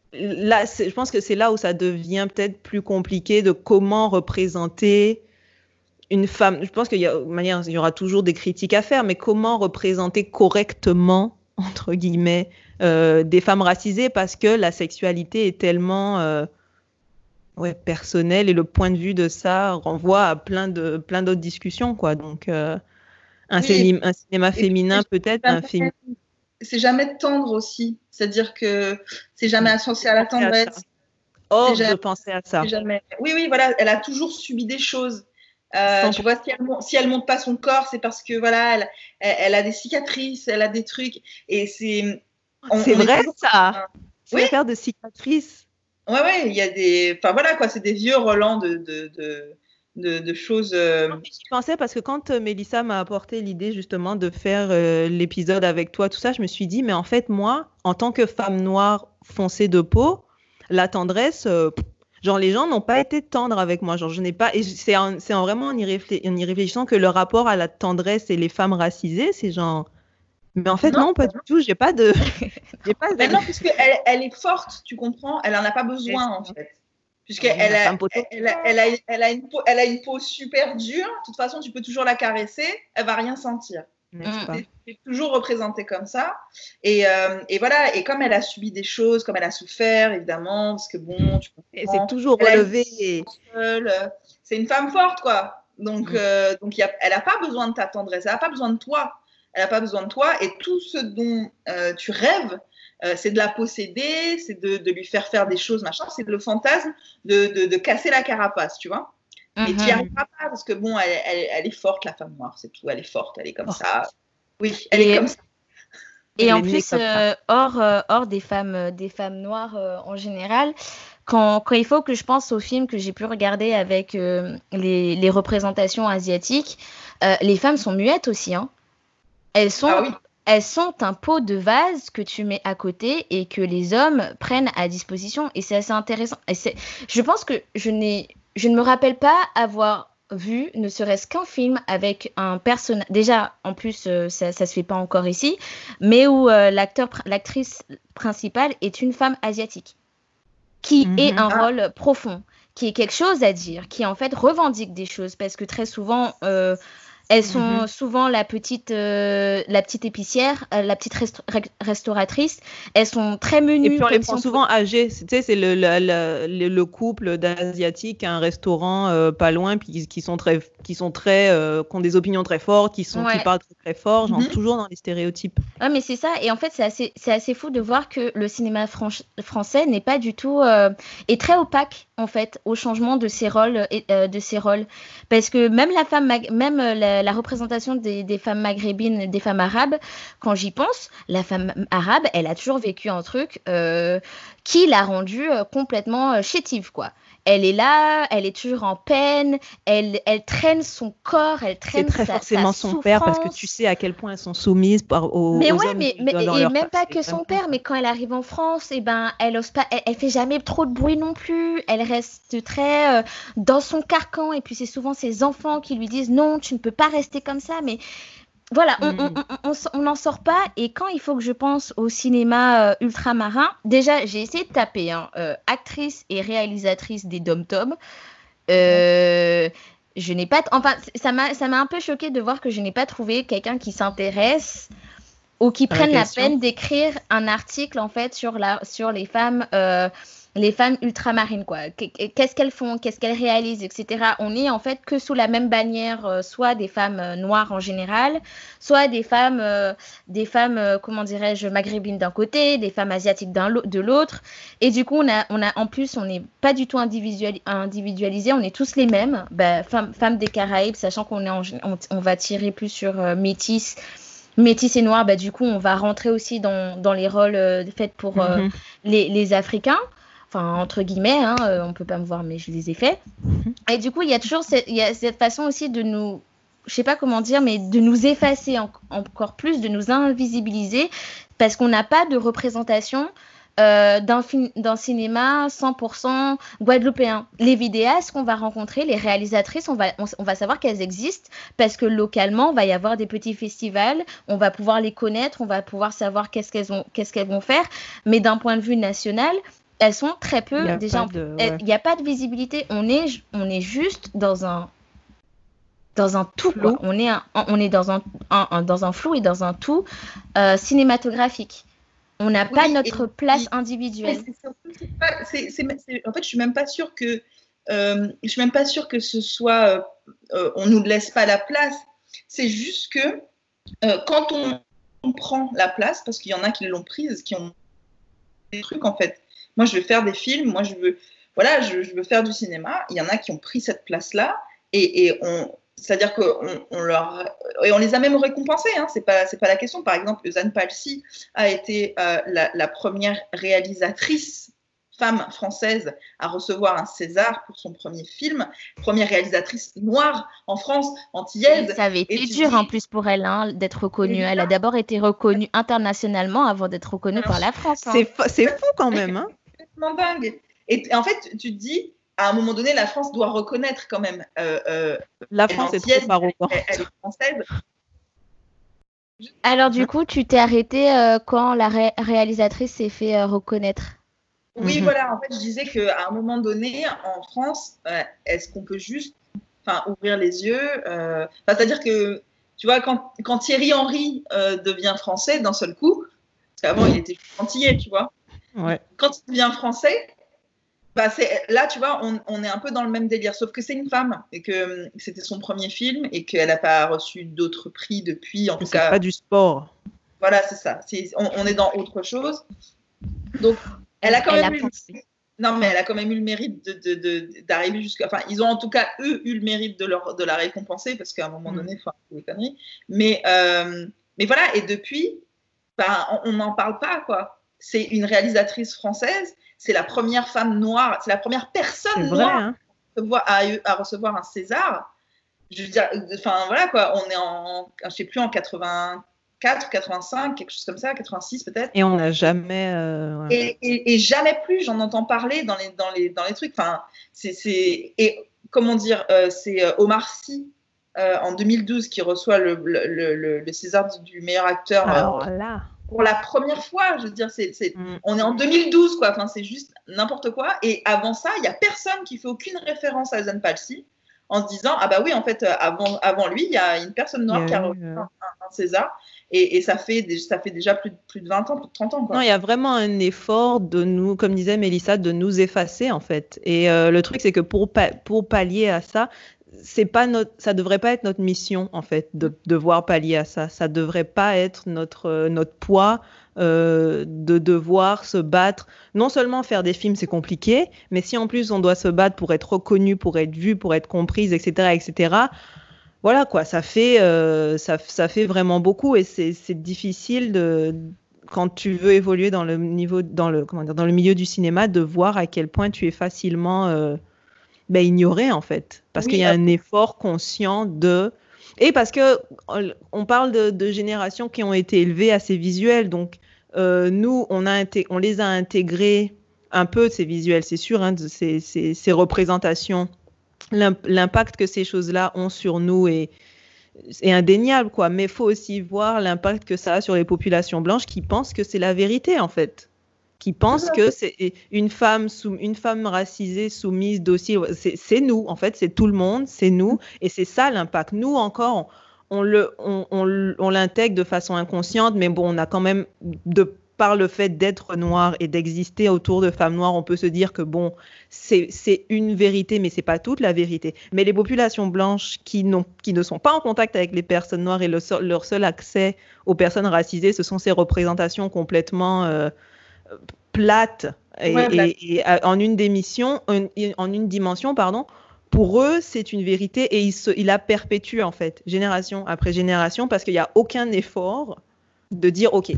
là, c'est... je pense que c'est là où ça devient peut-être plus compliqué de comment représenter une femme. Je pense qu'il y a, de manière, il y aura toujours des critiques à faire, mais comment représenter correctement entre guillemets euh, des femmes racisées, parce que la sexualité est tellement euh, Ouais, personnel, et le point de vue de ça renvoie à plein de plein d'autres discussions, quoi. Donc euh, un, oui, cinéma, un cinéma féminin peut-être, un film. C'est jamais tendre aussi, c'est-à-dire que c'est jamais associé à la tendresse. Oh, je pensais à ça. Jamais... Oui, oui, voilà, elle a toujours subi des choses. Euh, tu vois, si elle, si elle monte pas son corps, c'est parce que voilà, elle, elle, elle a des cicatrices, elle a des trucs, et c'est. On, c'est on vrai toujours... ça. C'est oui. L'affaire de cicatrices. Ouais, ouais, il y a des. Enfin voilà, quoi, c'est des vieux relents de, de, de, de, de choses. Euh... J'y pensais parce que quand euh, Mélissa m'a apporté l'idée justement de faire euh, l'épisode avec toi, tout ça, je me suis dit, mais en fait, moi, en tant que femme noire foncée de peau, la tendresse, euh, genre les gens n'ont pas été tendres avec moi. Genre, je n'ai pas. Et c'est, en, c'est en vraiment en y, réflé... en y réfléchissant que le rapport à la tendresse et les femmes racisées, c'est genre. Mais en fait, non, non pas du tout. J'ai pas de. J'ai pas de... Mais non, puisqu'elle elle est forte, tu comprends. Elle en a pas besoin, en fait. Puisqu'elle elle a, elle a, elle a, elle a, une peau, elle a une peau super dure. De toute façon, tu peux toujours la caresser. Elle va rien sentir. C'est, c'est toujours représenté comme ça. Et, euh, et voilà. Et comme elle a subi des choses, comme elle a souffert, évidemment, parce que bon, tu comprends. Et c'est toujours relevé. Et... Seule, c'est une femme forte, quoi. Donc, mm. euh, donc y a, elle n'a pas besoin de ta tendresse. Elle n'a pas besoin de toi. Elle n'a pas besoin de toi, et tout ce dont euh, tu rêves, euh, c'est de la posséder, c'est de, de lui faire faire des choses, machin, c'est le fantasme de, de, de casser la carapace, tu vois. Mm-hmm. Mais tu n'y arriveras pas, parce que bon, elle, elle, elle est forte, la femme noire, c'est tout, elle est forte, elle est comme oh. ça. Oui, elle et, est comme ça. Et en plus, euh, hors, euh, hors des femmes, euh, des femmes noires euh, en général, quand, quand il faut que je pense aux films que j'ai pu regarder avec euh, les, les représentations asiatiques, euh, les femmes sont muettes aussi, hein. Elles sont, ah oui. elles sont un pot de vase que tu mets à côté et que les hommes prennent à disposition. Et c'est assez intéressant. Et c'est, je pense que je, n'ai, je ne me rappelle pas avoir vu, ne serait-ce qu'un film avec un personnage. Déjà, en plus, euh, ça ne se fait pas encore ici, mais où euh, l'acteur, l'actrice principale est une femme asiatique qui mm-hmm. ait un ah. rôle profond, qui ait quelque chose à dire, qui en fait revendique des choses. Parce que très souvent... Euh, Elles sont mm-hmm. souvent la petite, euh, la petite épicière, euh, la petite resta- restauratrice. Elles sont très menues. Et puis on les prend souvent pour... âgées. Tu sais, c'est le, le, le, le couple d'asiatiques à un restaurant euh, pas loin, puis qui, qui sont très, qui sont très, euh, qui ont des opinions très fortes, qui sont, ouais. qui parlent très, très fort, genre mm-hmm. toujours dans les stéréotypes. Ouais, mais c'est ça. Et en fait, c'est assez, c'est assez fou de voir que le cinéma franch- français n'est pas du tout, euh, est très opaque en fait au changement de ses rôles, et, euh, de ses rôles, parce que même la femme, même la la, la représentation des, des femmes maghrébines, des femmes arabes, quand j'y pense, la femme arabe, elle a toujours vécu un truc euh, qui l'a rendue euh, complètement euh, chétive, quoi. Elle est là, elle est toujours en peine, elle, elle traîne son corps, elle traîne C'est très sa, forcément sa son souffrance. père parce que tu sais à quel point elles sont soumises par, aux, mais aux ouais, hommes mais, qui mais doivent dans et leur même face. pas que C'est son vraiment père, ça. mais quand elle arrive en France, et ben elle ose pas, elle, elle fait jamais trop de bruit non plus. Elle reste très euh, dans son carcan et puis c'est souvent ses enfants qui lui disent non, tu ne peux pas rester comme ça. Mais voilà, on Mm. on n'en sort pas. Et quand il faut que je pense au cinéma euh, ultramarin, déjà j'ai essayé de taper hein, euh, actrice et réalisatrice des Dom-Tom. Euh, je n'ai pas, t- enfin, ça m'a, ça m'a un peu choqué de voir que je n'ai pas trouvé quelqu'un qui s'intéresse ou qui À la prenne la question. peine d'écrire un article en fait sur la, sur les femmes, euh, les femmes ultramarines quoi. Qu'est-ce qu'elles font, qu'est-ce qu'elles réalisent, et cetera. On est en fait que sous la même bannière, euh, soit des femmes euh, noires en général, soit des femmes, euh, des femmes, euh, comment dirais-je, maghrébines d'un côté, des femmes asiatiques d'un lo- de l'autre. Et du coup, on a, on a, en plus, on n'est pas du tout individuali- individualisés, on est tous les mêmes. Bah, femmes, femmes des Caraïbes, sachant qu'on est en, on, on va tirer plus sur euh, métis. Métis et noir, bah, du coup, on va rentrer aussi dans, dans les rôles euh, faits pour euh, Mhm. les, les Africains. Enfin, entre guillemets, hein, euh, on peut pas me voir, mais je les ai faits. Mhm. Et du coup, il y a toujours cette, il y a cette façon aussi de nous, je sais pas comment dire, mais de nous effacer en- encore plus, de nous invisibiliser, parce qu'on n'a pas de représentation euh, d'un, film, d'un cinéma cent pour cent guadeloupéen. Les vidéastes qu'on va rencontrer, les réalisatrices, on va, on, on va savoir qu'elles existent, parce que localement, il va y avoir des petits festivals, on va pouvoir les connaître, on va pouvoir savoir qu'est-ce qu'elles, ont, qu'est-ce qu'elles vont faire, mais d'un point de vue national, elles sont très peu. Il y a Déjà, pas de- il ouais. n'y a pas de visibilité. On est, on est juste dans un, dans un tout. Flou. Quoi. On est, un, on est dans un, un- un- dans un flou et dans un tout euh, cinématographique. On n'a pas Oui, notre et- place et- individuelle. Mais c'est surtout, c'est pas- c'est- c'est- c'est- en fait, je suis même pas sûre que, euh, je suis même pas sûre que ce soit, euh, euh, on nous laisse pas la place. C'est juste que euh, quand on, on prend la place, parce qu'il y en a qui l'ont prise, qui ont des trucs en fait. Moi, je veux faire des films, moi, je veux, voilà, je, je veux faire du cinéma. Il y en a qui ont pris cette place-là et, et on, c'est-à-dire qu'on on leur, et on les a même récompensés. Hein, c'est pas, c'est pas la question. Par exemple, Euzhan Palcy a été euh, la, la première réalisatrice femme française à recevoir un César pour son premier film, première réalisatrice noire en France, antillaise. Et ça avait été Et tu dur dis- en plus pour elle hein, d'être reconnue. Et Elle a d'abord été reconnue internationalement avant d'être reconnue Alors, par la France. hein. C'est, fa- c'est fou quand même. Hein. complètement dingue. Et t- en fait, tu te dis, à un moment donné, la France doit reconnaître quand même. Euh, euh, La elle est France est antillaise, trop arrogante. elle, elle est française. Alors du coup, tu t'es arrêtée euh, quand la ré- réalisatrice s'est fait euh, reconnaître. Oui, Mhm. voilà. En fait, je disais qu'à un moment donné, en France, euh, est-ce qu'on peut juste, enfin, ouvrir les yeux euh, enfin, c'est-à-dire que, tu vois, quand, quand Thierry Henry euh, devient français d'un seul coup, parce qu'avant il était antillais, tu vois. Ouais. Quand il devient français, bah c'est, là, tu vois, on, on est un peu dans le même délire, sauf que c'est une femme et que euh, c'était son premier film et qu'elle n'a pas reçu d'autres prix depuis. En tout C'est cas, pas du sport. voilà, c'est ça. C'est, on, on est dans autre chose. Donc, elle a quand Elle même a eu, pensé. non, mais elle a quand même eu le mérite de, de, de, d'arriver jusqu'à. Enfin, ils ont en tout cas eux eu le mérite de, leur, de la récompenser parce qu'à un moment Mm. donné, enfin, c'est des conneries. Mais, euh, mais voilà, et depuis, ben, on n'en parle pas, quoi. C'est une réalisatrice française, c'est la première femme noire, c'est la première personne C'est vrai. noire Hein. à, recevoir- à, à recevoir un César. Je veux dire, enfin voilà quoi, on est en, je sais plus, en quatre-vingt-quatre, quatre-vingt-cinq, quelque chose comme ça, quatre-vingt-six peut-être. Et on n'a jamais. euh, ouais. Et, et, et jamais plus, j'en entends parler dans les, dans les, dans les trucs. Enfin, c'est, c'est, et comment dire, euh, c'est euh, Omar Sy euh, en deux mille douze qui reçoit le, le, le, le César du, du meilleur acteur Alors euh, là. pour la première fois. Je veux dire, c'est, c'est, Mm. on est en deux mille douze, quoi. Enfin, c'est juste n'importe quoi. Et avant ça, il n'y a personne qui fait aucune référence à Euzhan Palcy en se disant, ah bah oui, en fait, euh, avant, avant lui, il y a une personne noire Il y a qui a eu, reçu euh, un, un César. Et, et ça, fait, des- ça fait déjà plus de, plus de vingt ans, plus de trente ans, quoi. Non, il y a vraiment un effort de nous, comme disait Mélissa, de nous effacer en fait. Et euh, le truc, c'est que pour, pa- pour pallier à ça, c'est pas notre, ça devrait pas être notre mission en fait de devoir pallier à ça. Ça devrait pas être notre euh, notre poids euh, de devoir se battre. Non seulement faire des films, c'est compliqué, mais si en plus on doit se battre pour être reconnu, pour être vu, pour être comprise, et cetera, et cetera. voilà quoi, ça fait, euh, ça, ça fait vraiment beaucoup et c'est, c'est difficile de, quand tu veux évoluer dans le niveau, dans le, comment dire, dans le milieu du cinéma, de voir à quel point tu es facilement euh, ben, ignoré en fait, parce Oui, qu'il y a euh, un effort conscient de, et parce que on on parle de, de générations qui ont été élevées assez visuelles, donc euh, nous on a inté- on les a intégrés un peu ces visuels, c'est sûr, hein, de ces, ces, ces représentations. L'imp- L'impact que ces choses-là ont sur nous est, est indéniable, quoi. Mais il faut aussi voir l'impact que ça a sur les populations blanches qui pensent que c'est la vérité, en fait. Qui tout pensent à que fait. c'est une femme, sou- une femme racisée, soumise, docile. C'est c'est nous, en fait, c'est tout le monde, c'est nous. Et c'est ça l'impact. Nous, encore, on, on le, on, on, on l'intègre de façon inconsciente, mais bon, on a quand même, de par le fait d'être noir et d'exister autour de femmes noires, on peut se dire que bon, c'est, c'est une vérité, mais c'est pas toute la vérité. Mais les populations blanches qui, n'ont, qui ne sont pas en contact avec les personnes noires et le seul, leur seul accès aux personnes racisées, ce sont ces représentations complètement euh, plates et, Ouais, Black. et, et en une démission, en, en une dimension, pardon. Pour eux, c'est une vérité et ils, se, ils la perpétuent en fait, génération après génération, parce qu'il n'y a aucun effort de dire, ok,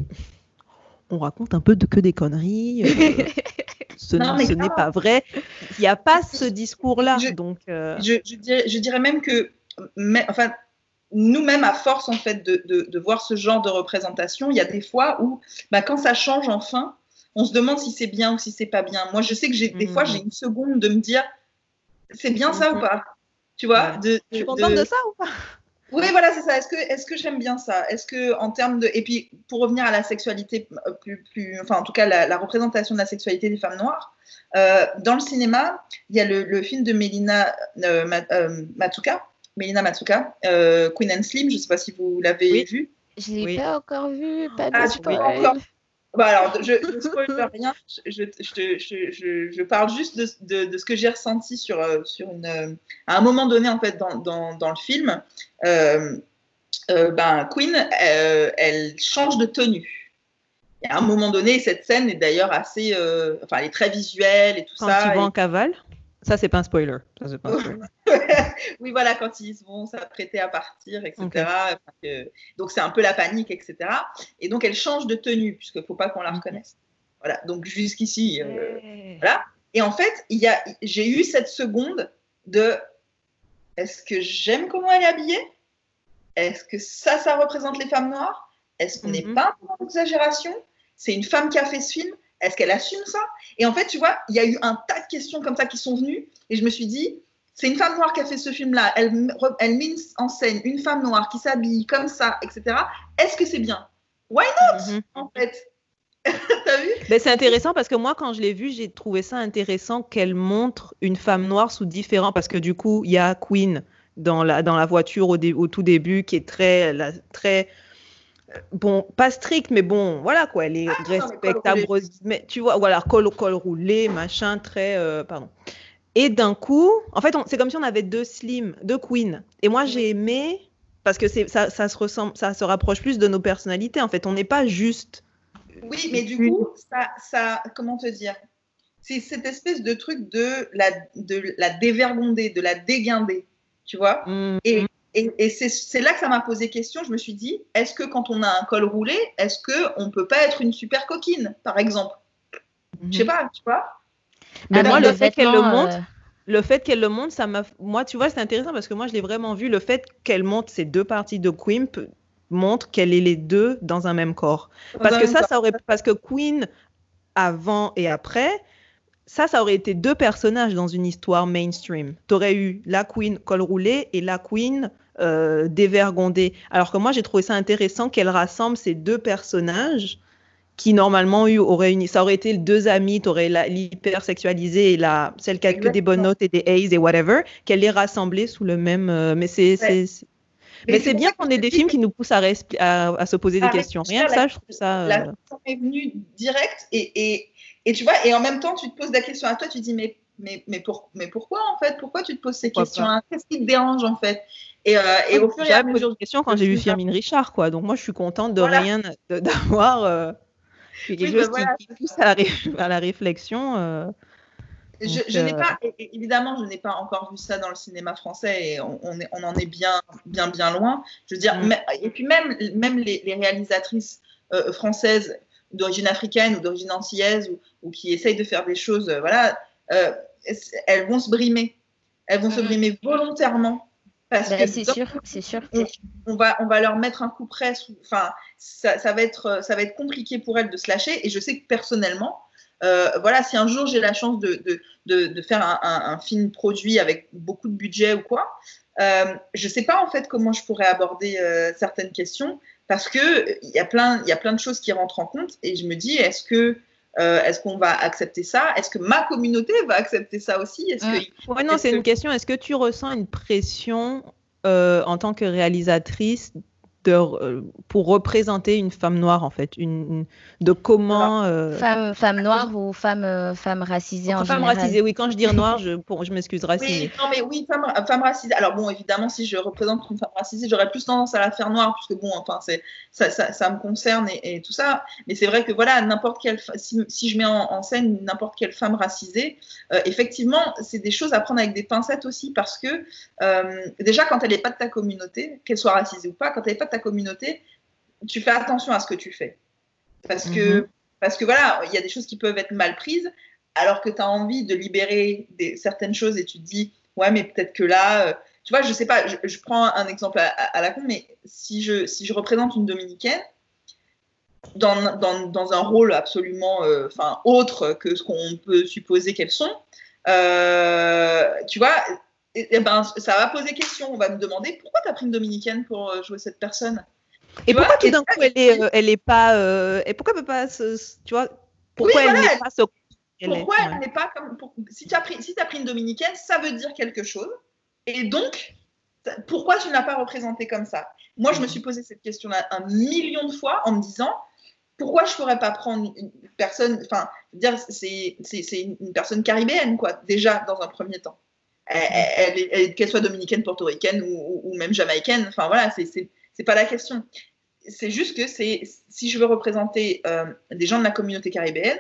on raconte un peu de que des conneries. Euh, ce, Non, mais ce n'est clairement, pas vrai. Il n'y a pas ce discours-là. je, Donc, euh, je, je dirais, je dirais même que, mais, enfin, nous-mêmes, à force en fait de, de, de voir ce genre de représentation, il y a des fois où, bah, quand ça change enfin, on se demande si c'est bien ou si c'est pas bien. Moi, je sais que j'ai des fois, j'ai mm, une seconde de me dire, c'est bien ça ou mm, pas? Tu vois, ouais. de, Je suis de, contente de de... ça ou pas? Oui, voilà, c'est ça. Est-ce que, est-ce que j'aime bien ça? Est-ce que, en termes de. Et puis, pour revenir à la sexualité, plus, plus... enfin, en tout cas, la, la représentation de la sexualité des femmes noires, euh, dans le cinéma, il y a le, le film de Melina euh, euh, Matsuka, Melina Matsuka, euh, Queen and Slim, je ne sais pas si vous l'avez Oui, vu. Je l'ai oui. pas encore vu, pas de Ah, tu peux Oui. pas spoil. encore. Bon, alors, je ne spoil rien, je, je, je, je, je, parle juste de, de, de ce que j'ai ressenti sur, sur une, à un moment donné, en fait, dans, dans, dans le film. Euh, euh, ben, Queen, euh, elle change de tenue. Et à un moment donné, cette scène est d'ailleurs assez, euh, enfin, elle est très visuelle et tout Quand ils ça. vont Et... en cavale, ça, c'est pas un spoiler. Ça, c'est pas un spoiler. oui, voilà, quand ils vont s'apprêter à partir, et cetera. Okay. Euh, donc, c'est un peu la panique, et cetera. Et donc, elle change de tenue, puisqu'il ne faut pas qu'on la reconnaisse. Mm-hmm. Voilà, donc jusqu'ici, euh, hey. Voilà. Et en fait, il y a, j'ai eu cette seconde de est-ce que j'aime comment elle est habillée? Est-ce que ça, ça représente les femmes noires? Est-ce qu'on n'est mm-hmm. pas en exagération? C'est une femme qui a fait ce film? Est-ce qu'elle assume ça? Et en fait, tu vois, il y a eu un tas de questions comme ça qui sont venues. Et je me suis dit, c'est une femme noire qui a fait ce film-là. Elle, elle met en scène une femme noire qui s'habille comme ça, et cetera. Est-ce que c'est bien? Why not, mm-hmm. en fait? T'as vu? Ben, c'est intéressant parce que moi, quand je l'ai vu, j'ai trouvé ça intéressant qu'elle montre une femme noire sous différents... Parce que du coup, il y a Queen dans la, dans la voiture au, dé, au tout début qui est très... La, très bon, pas stricte, mais bon, voilà quoi, elle est ah, respectable, non, mais tu vois, voilà, col, col roulé, machin, très... Euh, pardon. Et d'un coup, en fait, on, c'est comme si on avait deux Slim, deux Queen. Et moi, j'ai aimé, parce que c'est, ça, ça, se ressemble, ça se rapproche plus de nos personnalités, en fait. On n'est pas juste... Oui, mais du coup, ça, ça comment te dire? C'est cette espèce de truc de la, de la dévergonder, de la déguinder, tu vois. Mm-hmm. Et, et, et c'est, c'est là que ça m'a posé question. Je me suis dit, est-ce que quand on a un col roulé, est-ce qu'on ne peut pas être une super coquine, par exemple? Mm-hmm. Je sais pas, tu vois. Mais moi, le, le fait qu'elle le montre, euh... le fait qu'elle le montre, ça m'a... Moi, tu vois, c'est intéressant parce que moi, je l'ai vraiment vu. Le fait qu'elle montre ces deux parties de Queen montre qu'elle est les deux dans un même corps. Parce que ça, ça aurait... Parce que Queen, avant et après, ça, ça aurait été deux personnages dans une histoire mainstream. T'aurais eu la Queen col roulé et la Queen euh, dévergondée. Alors que moi, j'ai trouvé ça intéressant qu'elle rassemble ces deux personnages qui normalement eu, aurait une, ça aurait été deux amies, tu aurais l'hypersexualisée et la, celle qui a que des bonnes notes et des A's et whatever, qu'elle les rassemblait sous le même... Euh, mais c'est, ouais. c'est, c'est... Mais, mais c'est, c'est bien qu'on ait des films qui nous poussent à, resp... à, à se poser ah, des questions. Rien que ça, je trouve ça... La question euh... est venue direct et, et, et tu vois, et en même temps, tu te poses la question à toi, tu te dis, mais, mais, mais, pour, mais pourquoi en fait? Pourquoi tu te poses ces questions-là? Qu'est-ce qui te dérange en fait? Et, euh, et ouais, au fur et à mesure... J'ai question quand j'ai vu Firmin Richard, quoi. Donc moi, je suis contente de voilà. rien, de, d'avoir... Euh... quelque oui, chose ben voilà, qui, qui pousse à la, ré... à la réflexion. Euh... Je, Donc, je n'ai euh, pas, évidemment, je n'ai pas encore vu ça dans le cinéma français et on, on, est, on en est bien, bien, bien loin. Je veux dire, Mm. mais, et puis même, même les, les réalisatrices euh, françaises d'origine africaine ou d'origine antillaise ou, ou qui essayent de faire des choses, euh, voilà, euh, elles vont se brimer. Elles vont mm. se brimer volontairement. Parce bah, que c'est donc, sûr, c'est sûr. On, on, va, on va leur mettre un coup près. Enfin, ça, ça, va être, ça va être compliqué pour elles de se lâcher. Et je sais que personnellement, Euh, voilà, si un jour j'ai la chance de, de, de, de faire un, un, un film produit avec beaucoup de budget ou quoi, euh, je ne sais pas en fait comment je pourrais aborder euh, certaines questions parce qu'il y, a plein, y a plein de choses qui rentrent en compte et je me dis, est-ce que euh, est-ce qu'on va accepter ça? Est-ce que ma communauté va accepter ça aussi? Est-ce mmh. que, ouais, non, est-ce c'est que... une question. Est-ce que tu ressens une pression euh, en tant que réalisatrice de, euh, pour représenter une femme noire, en fait, une, une, de comment... Euh... Femme, femme noire ou femme, euh, femme racisée enfin, en femme général. racisée, oui. Quand je dis noire, je, pour, je m'excuse, racisée. Oui, non, mais oui, femme, femme racisée. Alors bon, évidemment, si je représente une femme racisée, j'aurais plus tendance à la faire noire, puisque bon, enfin, c'est, ça, ça, ça me concerne et, et tout ça. Mais c'est vrai que voilà, n'importe quelle, si, si je mets en, en scène n'importe quelle femme racisée, euh, effectivement, c'est des choses à prendre avec des pincettes aussi, parce que euh, déjà, quand elle n'est pas de ta communauté, qu'elle soit racisée ou pas, quand elle n'est pas de ta communauté, tu fais attention à ce que tu fais. Parce que, mm-hmm. parce que voilà, il y a des choses qui peuvent être mal prises, alors que tu as envie de libérer des, certaines choses et tu te dis, ouais, mais peut-être que là, euh, tu vois, je sais pas, je, je prends un exemple à, à, à la con, mais si je, si je représente une dominicaine, dans, dans, dans un rôle absolument euh, autre que ce qu'on peut supposer qu'elles sont, euh, tu vois, et, et ben, ça va poser question. On va me demander pourquoi tu as pris une dominicaine pour jouer cette personne. Et pourquoi tout d'un coup elle est, euh, elle est pas, euh, et pourquoi elle peut pas se, tu vois, pourquoi oui, elle voilà, n'est pas ce elle pourquoi est, elle ouais. n'est pas comme, pour, si tu as pris, si tu as pris une dominicaine, ça veut dire quelque chose. Et donc, pourquoi tu ne l'as pas représentée comme ça? Moi, je me suis posé cette question-là un million de fois en me disant, pourquoi je ne pourrais pas prendre une personne, enfin, dire, c'est, c'est, c'est une personne caribéenne, quoi, déjà, dans un premier temps. Elle, elle, elle, qu'elle soit dominicaine, portoricaine ou, ou même jamaïcaine, enfin, voilà, c'est, c'est, c'est pas la question. C'est juste que c'est, si je veux représenter euh, des gens de la communauté caribéenne,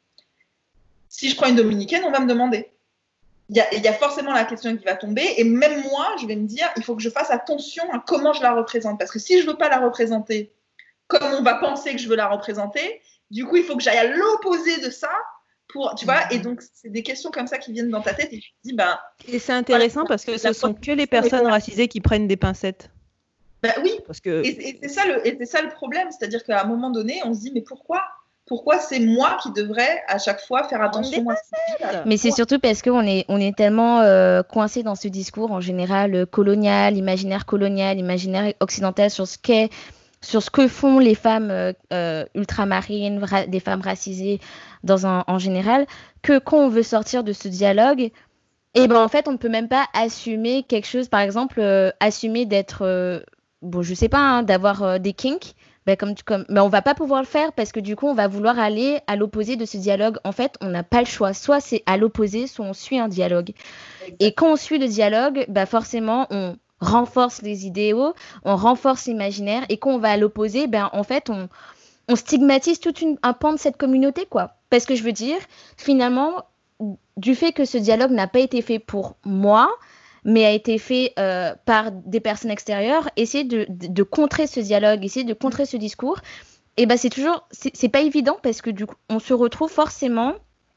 si je prends une dominicaine, on va me demander. Il y a, il y a forcément la question qui va tomber, et même moi, je vais me dire, il faut que je fasse attention à comment je la représente, parce que si je ne veux pas la représenter comme on va penser que je veux la représenter, du coup, il faut que j'aille à l'opposé de ça, pour, tu vois, et donc, c'est des questions comme ça qui viennent dans ta tête, et tu te dis, ben... Et c'est intéressant voilà, parce que ce sont que les personnes racisées qui prennent des pincettes. Ben oui, parce que... et, et, c'est ça le, et c'est ça le problème, c'est-à-dire qu'à un moment donné, on se dit, mais pourquoi Pourquoi c'est moi qui devrais à chaque fois faire attention à ça? Mais c'est surtout parce qu'on est, on est tellement euh, coincé dans ce discours en général euh, colonial, imaginaire colonial, imaginaire occidental sur ce qu'est, sur ce que font les femmes euh, euh, ultramarines, ra- des femmes racisées dans un, en général, que quand on veut sortir de ce dialogue, et ben en fait on ne peut même pas assumer quelque chose, par exemple euh, assumer d'être, euh, bon je sais pas, hein, d'avoir euh, des kinks. Ben comme, comme, ben on va pas pouvoir le faire parce que du coup, on va vouloir aller à l'opposé de ce dialogue. En fait, on n'a pas le choix. Soit c'est à l'opposé, soit on suit un dialogue. Exactement. Et quand on suit le dialogue, ben forcément, on renforce les idéaux, on renforce l'imaginaire. Et quand on va à l'opposé, ben en fait, on, on stigmatise tout une, un pan de cette communauté, quoi. Parce que je veux dire, finalement, du fait que ce dialogue n'a pas été fait pour moi, mais a été fait euh, par des personnes extérieures, essayer de, de, de contrer ce dialogue, essayer de contrer ce discours, et ben c'est toujours, c'est, c'est pas évident parce que du coup, on se retrouve forcément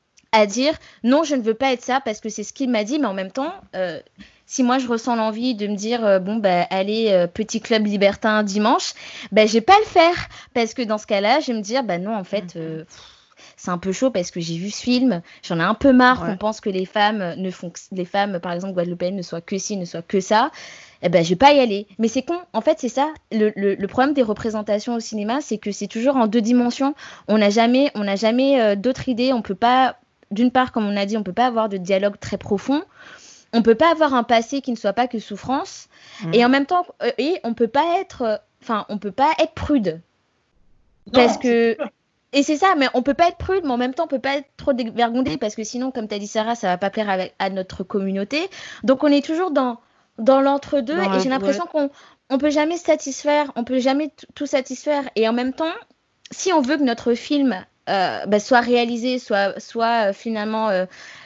à dire non, je ne veux pas être ça parce que c'est ce qu'il m'a dit, mais en même temps, euh, si moi je ressens l'envie de me dire euh, bon bah allez euh, petit club libertin dimanche, ben je vais pas le faire parce que dans ce cas-là, je vais me dire bah non en fait. Euh, c'est un peu chaud parce que j'ai vu ce film, j'en ai un peu marre ouais. qu'on pense que les femmes ne font que, les femmes par exemple guadeloupéennes ne soient que ci, ne soient que ça. Eh ben je vais pas y aller. Mais c'est con, en fait c'est ça le, le, le problème des représentations au cinéma, c'est que c'est toujours en deux dimensions. On n'a jamais, on n'a jamais euh, d'autres idées. On peut pas, d'une part comme on a dit, on peut pas avoir de dialogue très profond. On peut pas avoir un passé qui ne soit pas que souffrance. Mmh. Et en même temps, euh, et on peut pas être, enfin on peut pas être prude non, parce que et c'est ça, mais on peut pas être prude, mais en même temps, on peut pas être trop dévergondé parce que sinon, comme tu as dit Sarah, ça va pas plaire avec, à notre communauté. Donc, on est toujours dans, dans l'entre-deux dans et j'ai l'impression ouais. qu'on on peut jamais satisfaire, on peut jamais t- tout satisfaire. Et en même temps, si on veut que notre film euh, bah, soit réalisé, soit, soit euh, finalement euh,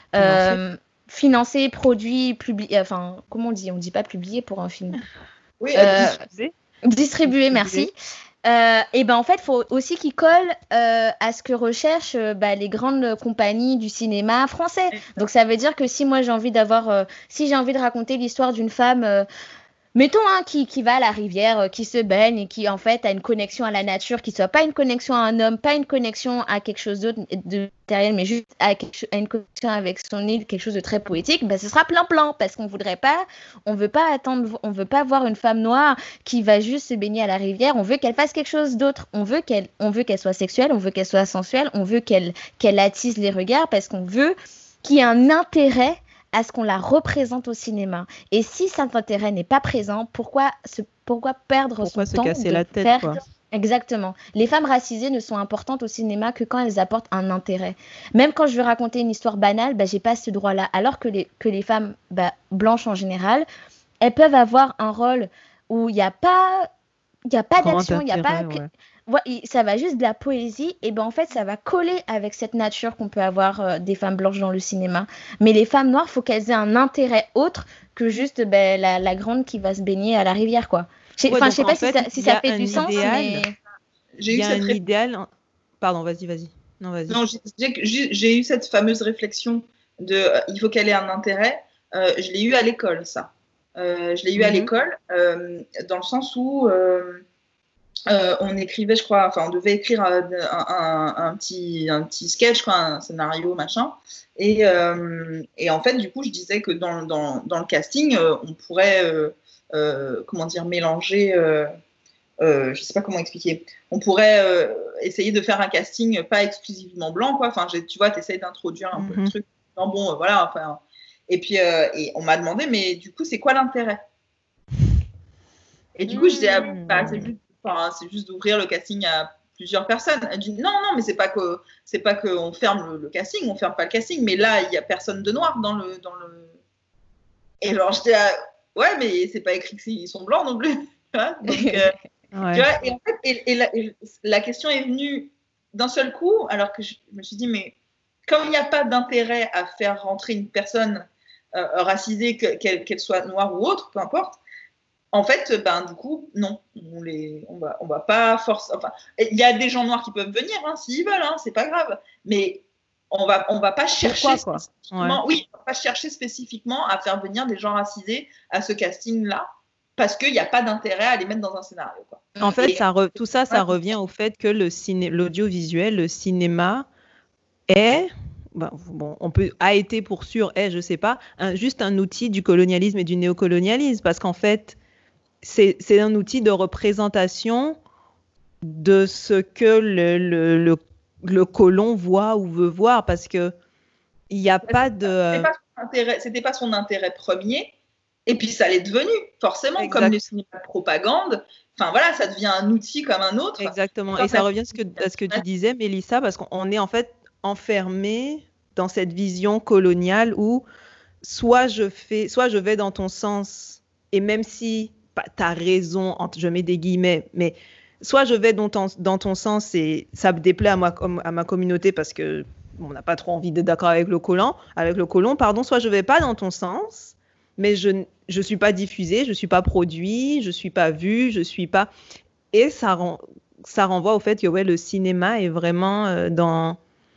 euh, financé, produit, publié, enfin, comment on dit? On dit pas publié pour un film. Oui, Euh, diffusé. Distribué, merci. Euh, et ben en fait, il faut aussi qu'ils collent euh, à ce que recherchent euh, bah, les grandes compagnies du cinéma français. Donc ça veut dire que si moi j'ai envie d'avoir, euh, si j'ai envie de raconter l'histoire d'une femme, euh, mettons hein, qui, qui va à la rivière, euh, qui se baigne et qui en fait a une connexion à la nature, qui soit pas une connexion à un homme, pas une connexion à quelque chose d'autre de matériel, mais juste à, quelque, à une connexion avec son île, quelque chose de très poétique, ben ce sera plein plan parce qu'on voudrait pas, on veut pas attendre, on veut pas voir une femme noire qui va juste se baigner à la rivière. On veut qu'elle fasse quelque chose d'autre. On veut qu'elle, on veut qu'elle soit sexuelle, on veut qu'elle soit sensuelle, on veut qu'elle, qu'elle attise les regards parce qu'on veut qu'il y ait un intérêt à ce qu'on la représente au cinéma. Et si cet intérêt n'est pas présent, pourquoi, se, pourquoi perdre pourquoi son se temps casser de la tête, faire... quoi. Exactement. Les femmes racisées ne sont importantes au cinéma que quand elles apportent un intérêt. Même quand je veux raconter une histoire banale, bah, j'ai pas ce droit-là. Alors que les, que les femmes bah, blanches en général, elles peuvent avoir un rôle où il n'y a pas, y a pas d'action, il n'y a pas... Ouais. Ouais, ça va juste de la poésie, et ben en fait ça va coller avec cette nature qu'on peut avoir euh, des femmes blanches dans le cinéma. Mais les femmes noires, faut qu'elles aient un intérêt autre que juste ben, la, la grande qui va se baigner à la rivière, quoi. Enfin, ouais, je sais pas fait, si ça, si ça fait du sens, idéal, mais j'ai eu cette un idéal. Pardon, vas-y, vas-y. Non, vas-y. Non, j'ai, j'ai eu cette fameuse réflexion de euh, il faut qu'elle ait un intérêt. Euh, je l'ai eu à l'école, ça. Euh, je l'ai eu mm-hmm. à l'école euh, dans le sens où euh, Euh, on écrivait, je crois, enfin, on devait écrire un, un, un, petit, un petit sketch, quoi, un scénario, machin. Et, euh, et en fait, du coup, je disais que dans, dans, dans le casting, euh, on pourrait, euh, euh, comment dire, mélanger, euh, euh, je sais pas comment expliquer, on pourrait euh, essayer de faire un casting pas exclusivement blanc, quoi. Enfin, tu vois, tu essayes d'introduire un mm-hmm. peu le truc. Non, bon, euh, voilà, enfin. Et puis, euh, et on m'a demandé, mais du coup, c'est quoi l'intérêt? Et du coup, mm-hmm. je disais, ah, bah, c'est juste Enfin, c'est juste d'ouvrir le casting à plusieurs personnes. Elle dit non, non, mais c'est pas que c'est pas qu'on ferme le, le casting, on ferme pas le casting, mais là il y a personne de noir dans le dans le. Et genre j'étais là, ouais, mais c'est pas écrit qu'ils sont blancs non plus. Donc, euh, ouais. Tu vois, et en fait, et, et la, et la question est venue d'un seul coup, alors que je, je me suis dit mais comme il n'y a pas d'intérêt à faire rentrer une personne euh, racisée, que, qu'elle, qu'elle soit noire ou autre, peu importe. En fait, ben, du coup, non, on les, on va, on va pas forcer. Enfin, il y a des gens noirs qui peuvent venir, hein, s'ils veulent, hein, c'est pas grave. Mais on va, on va pas chercher Pourquoi, spécifiquement. Ouais. Oui, on va pas chercher spécifiquement à faire venir des gens racisés à ce casting-là, parce qu'il n'y a pas d'intérêt à les mettre dans un scénario, quoi. En fait, ça re... tout ça, ça revient au fait que le ciné... l'audiovisuel, le cinéma est. Ben, bon, on peut a été pour sûr, est, je sais pas, un, juste un outil du colonialisme et du néocolonialisme, parce qu'en fait. C'est, c'est un outil de représentation de ce que le, le, le, le colon voit ou veut voir, parce que il n'y a pas de... C'était pas son intérêt, c'était pas son intérêt premier, et puis ça l'est devenu, forcément, exact. Comme le cinéma de propagande. Enfin voilà, ça devient un outil comme un autre. Exactement, et ça revient à ce que, à ce que tu disais, Mélissa, parce qu'on est en fait enfermé dans cette vision coloniale où soit je, fais, soit je vais dans ton sens, et même si... t'as raison, je mets des guillemets, mais soit je vais dans ton, dans ton sens et ça me déplaît à ma, à ma communauté parce que bon, on n'a pas trop envie d'être d'accord avec le colon, avec le colon, pardon, soit je vais pas dans ton sens, mais je ne suis pas diffusée, je ne suis pas produit, je ne suis pas vue, je suis pas... Et ça, rend, ça renvoie au fait que ouais, le cinéma est vraiment euh, dans...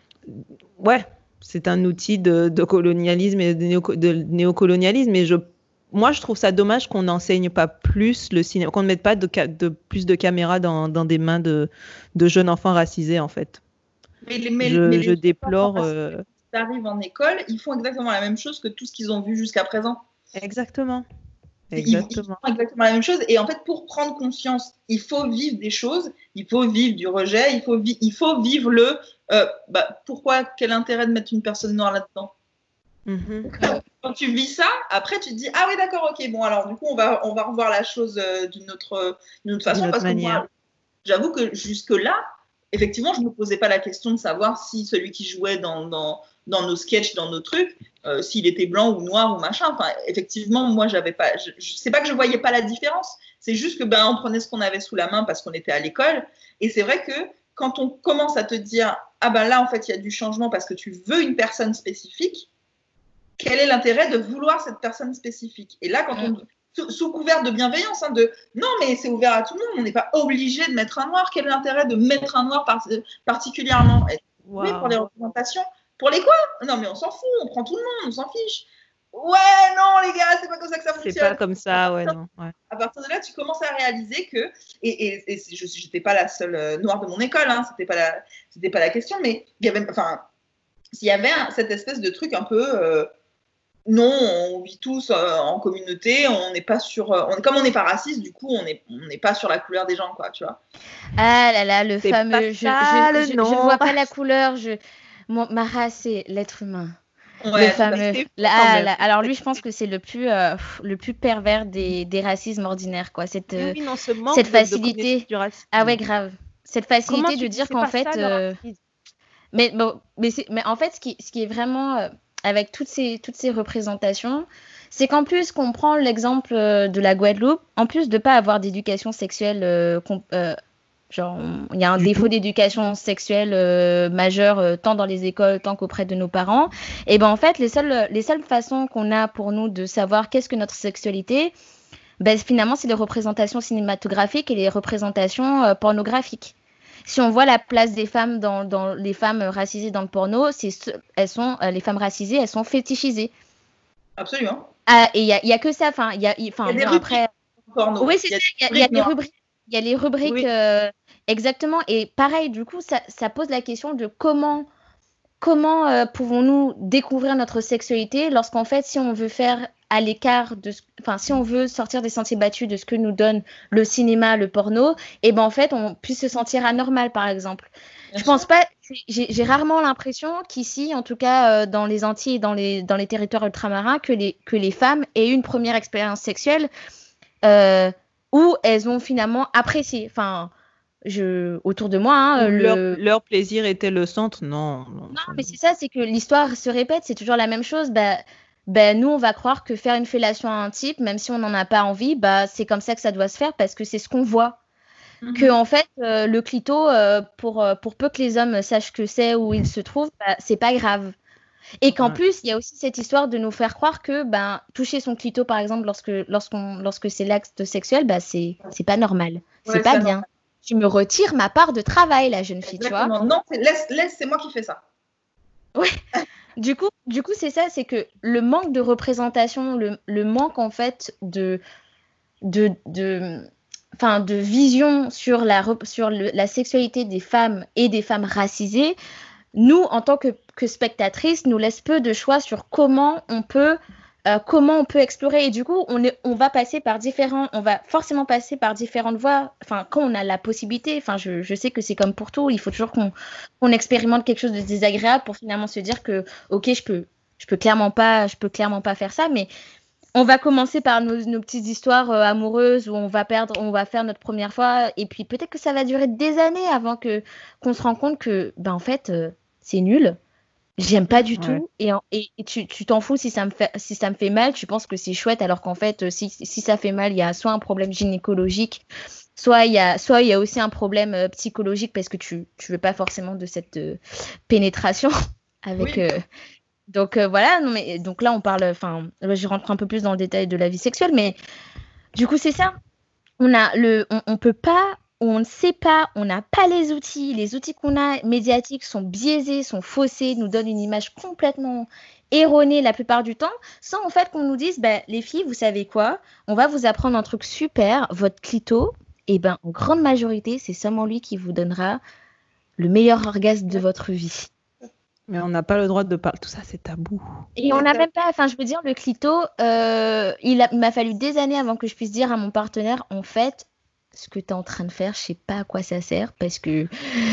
Ouais, c'est un outil de, de colonialisme et de, néo, de néocolonialisme, et je Moi, je trouve ça dommage qu'on n'enseigne pas plus le cinéma, qu'on ne mette pas de, de plus de caméras dans, dans des mains de, de jeunes enfants racisés, en fait. Mais, les, mais, je mais les je déplore. Euh... Qui arrivent en école, ils font exactement la même chose que tout ce qu'ils ont vu jusqu'à présent. Exactement. Exactement. Ils, ils font exactement la même chose. Et en fait, pour prendre conscience, il faut vivre des choses, il faut vivre du rejet, il faut, vi- il faut vivre le euh, bah, pourquoi, quel intérêt de mettre une personne noire là-dedans? Mm-hmm. Quand tu vis ça, après tu te dis ah oui d'accord ok bon alors du coup on va on va revoir la chose euh, d'une autre d'une autre façon d'une autre parce manière. que moi j'avoue que jusque là effectivement je me posais pas la question de savoir si celui qui jouait dans dans dans nos sketchs dans nos trucs euh, s'il était blanc ou noir ou machin enfin effectivement moi j'avais pas je, je sais pas que je voyais pas la différence c'est juste que ben on prenait ce qu'on avait sous la main parce qu'on était à l'école et c'est vrai que quand on commence à te dire ah ben là en fait il y a du changement parce que tu veux une personne spécifique. quel est l'intérêt de vouloir cette personne spécifique? Et là, quand on, sous, sous couvert de bienveillance, hein, de non, mais c'est ouvert à tout le monde, on n'est pas obligé de mettre un noir. Quel est l'intérêt de mettre un noir par, particulièrement? Et, wow. Oui, pour les représentations. Pour les quoi? Non, mais on s'en fout, on prend tout le monde, on s'en fiche. Ouais, non, les gars, c'est pas comme ça que ça fonctionne. C'est pas comme ça, ouais, non. Ouais. À partir de là, tu commences à réaliser que, et, et, et je n'étais pas la seule euh, noire de mon école, hein, c'était pas la, c'était pas la question, mais il y avait, enfin, s'il y avait un, cette espèce de truc un peu, euh, non, on vit tous euh, en communauté, on n'est pas sur, euh, on, comme on n'est pas raciste, du coup, on n'est, on n'est pas sur la couleur des gens, quoi, tu vois. Ah là là, le c'est fameux, je, ça, je, le je, je nom. ne vois pas la couleur, je, mon, ma race, c'est l'être humain. Ouais, le fameux. Là, là, alors lui, je pense que c'est le plus, euh, le plus pervers des, des racismes ordinaires, quoi. Cette, oui, non, ce manque cette de, facilité. De du racisme. Ah ouais, grave. Cette facilité de dire qu'en fait. Ça, euh... mais bon, mais, c'est, mais en fait, ce qui, ce qui est vraiment euh, avec toutes ces, toutes ces représentations, c'est qu'en plus qu'on prend l'exemple de la Guadeloupe, en plus de pas avoir d'éducation sexuelle. Euh, comp- euh, Genre, il y a un du défaut tout. d'éducation sexuelle euh, majeur euh, tant dans les écoles, tant qu'auprès de nos parents. Et ben en fait, les seules, les seules façons qu'on a pour nous de savoir qu'est-ce que notre sexualité, ben, finalement, c'est les représentations cinématographiques et les représentations euh, pornographiques. Si on voit la place des femmes dans, dans les femmes racisées dans le porno, c'est, elles sont, euh, les femmes racisées, elles sont fétichisées. Absolument. Ah, et il y a, y a que ça. Enfin, il y a, y, y a des bon, après. Porno. Oui, c'est ça. Il y, y a des rubriques. Il y a les rubriques, oui. euh, exactement. Et pareil, du coup, ça, ça pose la question de comment, comment euh, pouvons-nous découvrir notre sexualité lorsqu'en fait, si on veut faire à l'écart de, enfin, si on veut sortir des sentiers battus de ce que nous donne le cinéma, le porno, et ben en fait, on puisse se sentir anormal, par exemple. Bien Je sûr. pense pas. J'ai, j'ai rarement l'impression qu'ici, en tout cas euh, dans les Antilles et dans les dans les territoires ultramarins, que les que les femmes aient eu une première expérience sexuelle. Euh, où elles ont finalement apprécié. Enfin, je, autour de moi... Hein, leur, le... leur plaisir était le centre, non. Non, non mais c'est ça, c'est que l'histoire se répète, c'est toujours la même chose. Bah, bah, nous, on va croire que faire une fellation à un type, même si on n'en a pas envie, bah, c'est comme ça que ça doit se faire parce que c'est ce qu'on voit. Mm-hmm. Que en fait, euh, le clito, euh, pour, pour peu que les hommes sachent que c'est, où il se trouve, bah, c'est pas grave. Et qu'en ouais. plus, il y a aussi cette histoire de nous faire croire que ben, toucher son clito, par exemple, lorsque, lorsqu'on, lorsque c'est l'acte sexuel, ben, c'est, c'est pas normal. C'est ouais, pas c'est bien. Normal. Tu me retires ma part de travail, la jeune fille, Exactement. tu vois. Non, c'est, laisse, laisse, c'est moi qui fais ça. Ouais. du coup, du coup, c'est ça, c'est que le manque de représentation, le, le manque, en fait, de... de, de Enfin, de vision sur, la, sur le, la sexualité des femmes et des femmes racisées, nous, en tant que, que spectatrices, nous laisse peu de choix sur comment on peut, euh, comment on peut explorer. Et du coup, on, est, on va passer par différents, on va forcément passer par différentes voies. Enfin, quand on a la possibilité. Enfin, je, je sais que c'est comme pour tout. Il faut toujours qu'on, qu'on expérimente quelque chose de désagréable pour finalement se dire que, ok, je peux, je peux clairement pas, je peux clairement pas faire ça. Mais on va commencer par nos, nos petites histoires euh, amoureuses où on va perdre, on va faire notre première fois. Et puis peut-être que ça va durer des années avant que qu'on se rende compte que, ben en fait. Euh, c'est nul, j'aime pas du ouais. tout, et, et, et tu, tu t'en fous si ça, me fait, si ça me fait mal, tu penses que c'est chouette, alors qu'en fait, si, si ça fait mal, il y a soit un problème gynécologique, soit il y a, soit il y a aussi un problème euh, psychologique, parce que tu, tu veux pas forcément de cette euh, pénétration avec... Oui. Euh, donc euh, voilà, non, mais, donc là on parle, enfin, je rentre un peu plus dans le détail de la vie sexuelle, mais du coup c'est ça, on a le, on, on peut pas... on ne sait pas, on n'a pas les outils, les outils qu'on a médiatiques sont biaisés, sont faussés, nous donnent une image complètement erronée la plupart du temps, sans en fait qu'on nous dise, bah, les filles, vous savez quoi, on va vous apprendre un truc super, votre clito, et ben en grande majorité, c'est seulement lui qui vous donnera le meilleur orgasme de votre vie. Mais on n'a pas le droit de parler, tout ça c'est tabou. Et on n'a même pas, enfin je veux dire, le clito, euh, il, a, il m'a fallu des années avant que je puisse dire à mon partenaire, en fait, ce que tu es en train de faire, je sais pas à quoi ça sert, parce que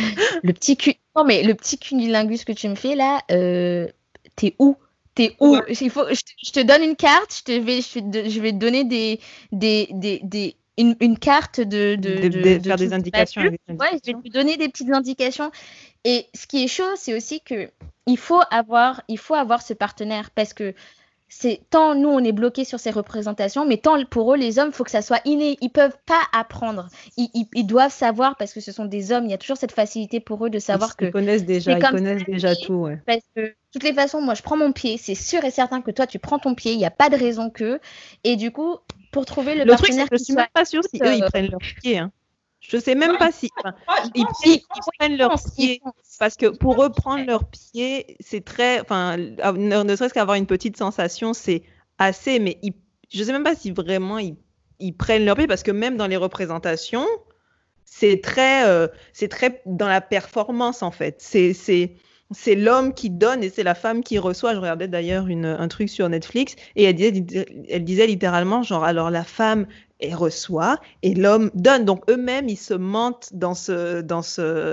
le petit cul... non mais le petit cunilingus que tu me fais là, euh, t'es où T'es où ouais. Il faut, je, te, je te donne une carte, je, te vais, je, te, je vais te donner des, des, des, des, une, une carte de... de, de, de, de faire des indications, des indications. Ouais, je vais te donner des petites indications. Et ce qui est chaud, c'est aussi que il faut avoir, il faut avoir ce partenaire, parce que c'est tant nous on est bloqués sur ces représentations, mais tant pour eux les hommes, il faut que ça soit inné, ils peuvent pas apprendre, ils, ils, ils doivent savoir parce que ce sont des hommes, il y a toujours cette facilité pour eux de savoir ils, que ils connaissent déjà, ils connaissent déjà tout. Ouais. Parce que de toutes les façons, moi je prends mon pied, c'est sûr et certain que toi tu prends ton pied, il n'y a pas de raison que, et du coup pour trouver le, le partenaire truc, c'est que je suis même pas sûre si eux ils prennent leur pied. Hein. Je sais même pas si enfin, ils, ils, ils prennent leur pied parce que pour eux prendre leur pied c'est très enfin ne, ne serait-ce qu'avoir une petite sensation c'est assez mais ils, je sais même pas si vraiment ils, ils prennent leur pied parce que même dans les représentations c'est très euh, c'est très dans la performance en fait c'est c'est c'est l'homme qui donne et c'est la femme qui reçoit. Je regardais d'ailleurs une, un truc sur Netflix et elle disait, elle disait littéralement genre alors la femme elle reçoit et l'homme donne. Donc eux-mêmes ils se mentent dans ce dans ce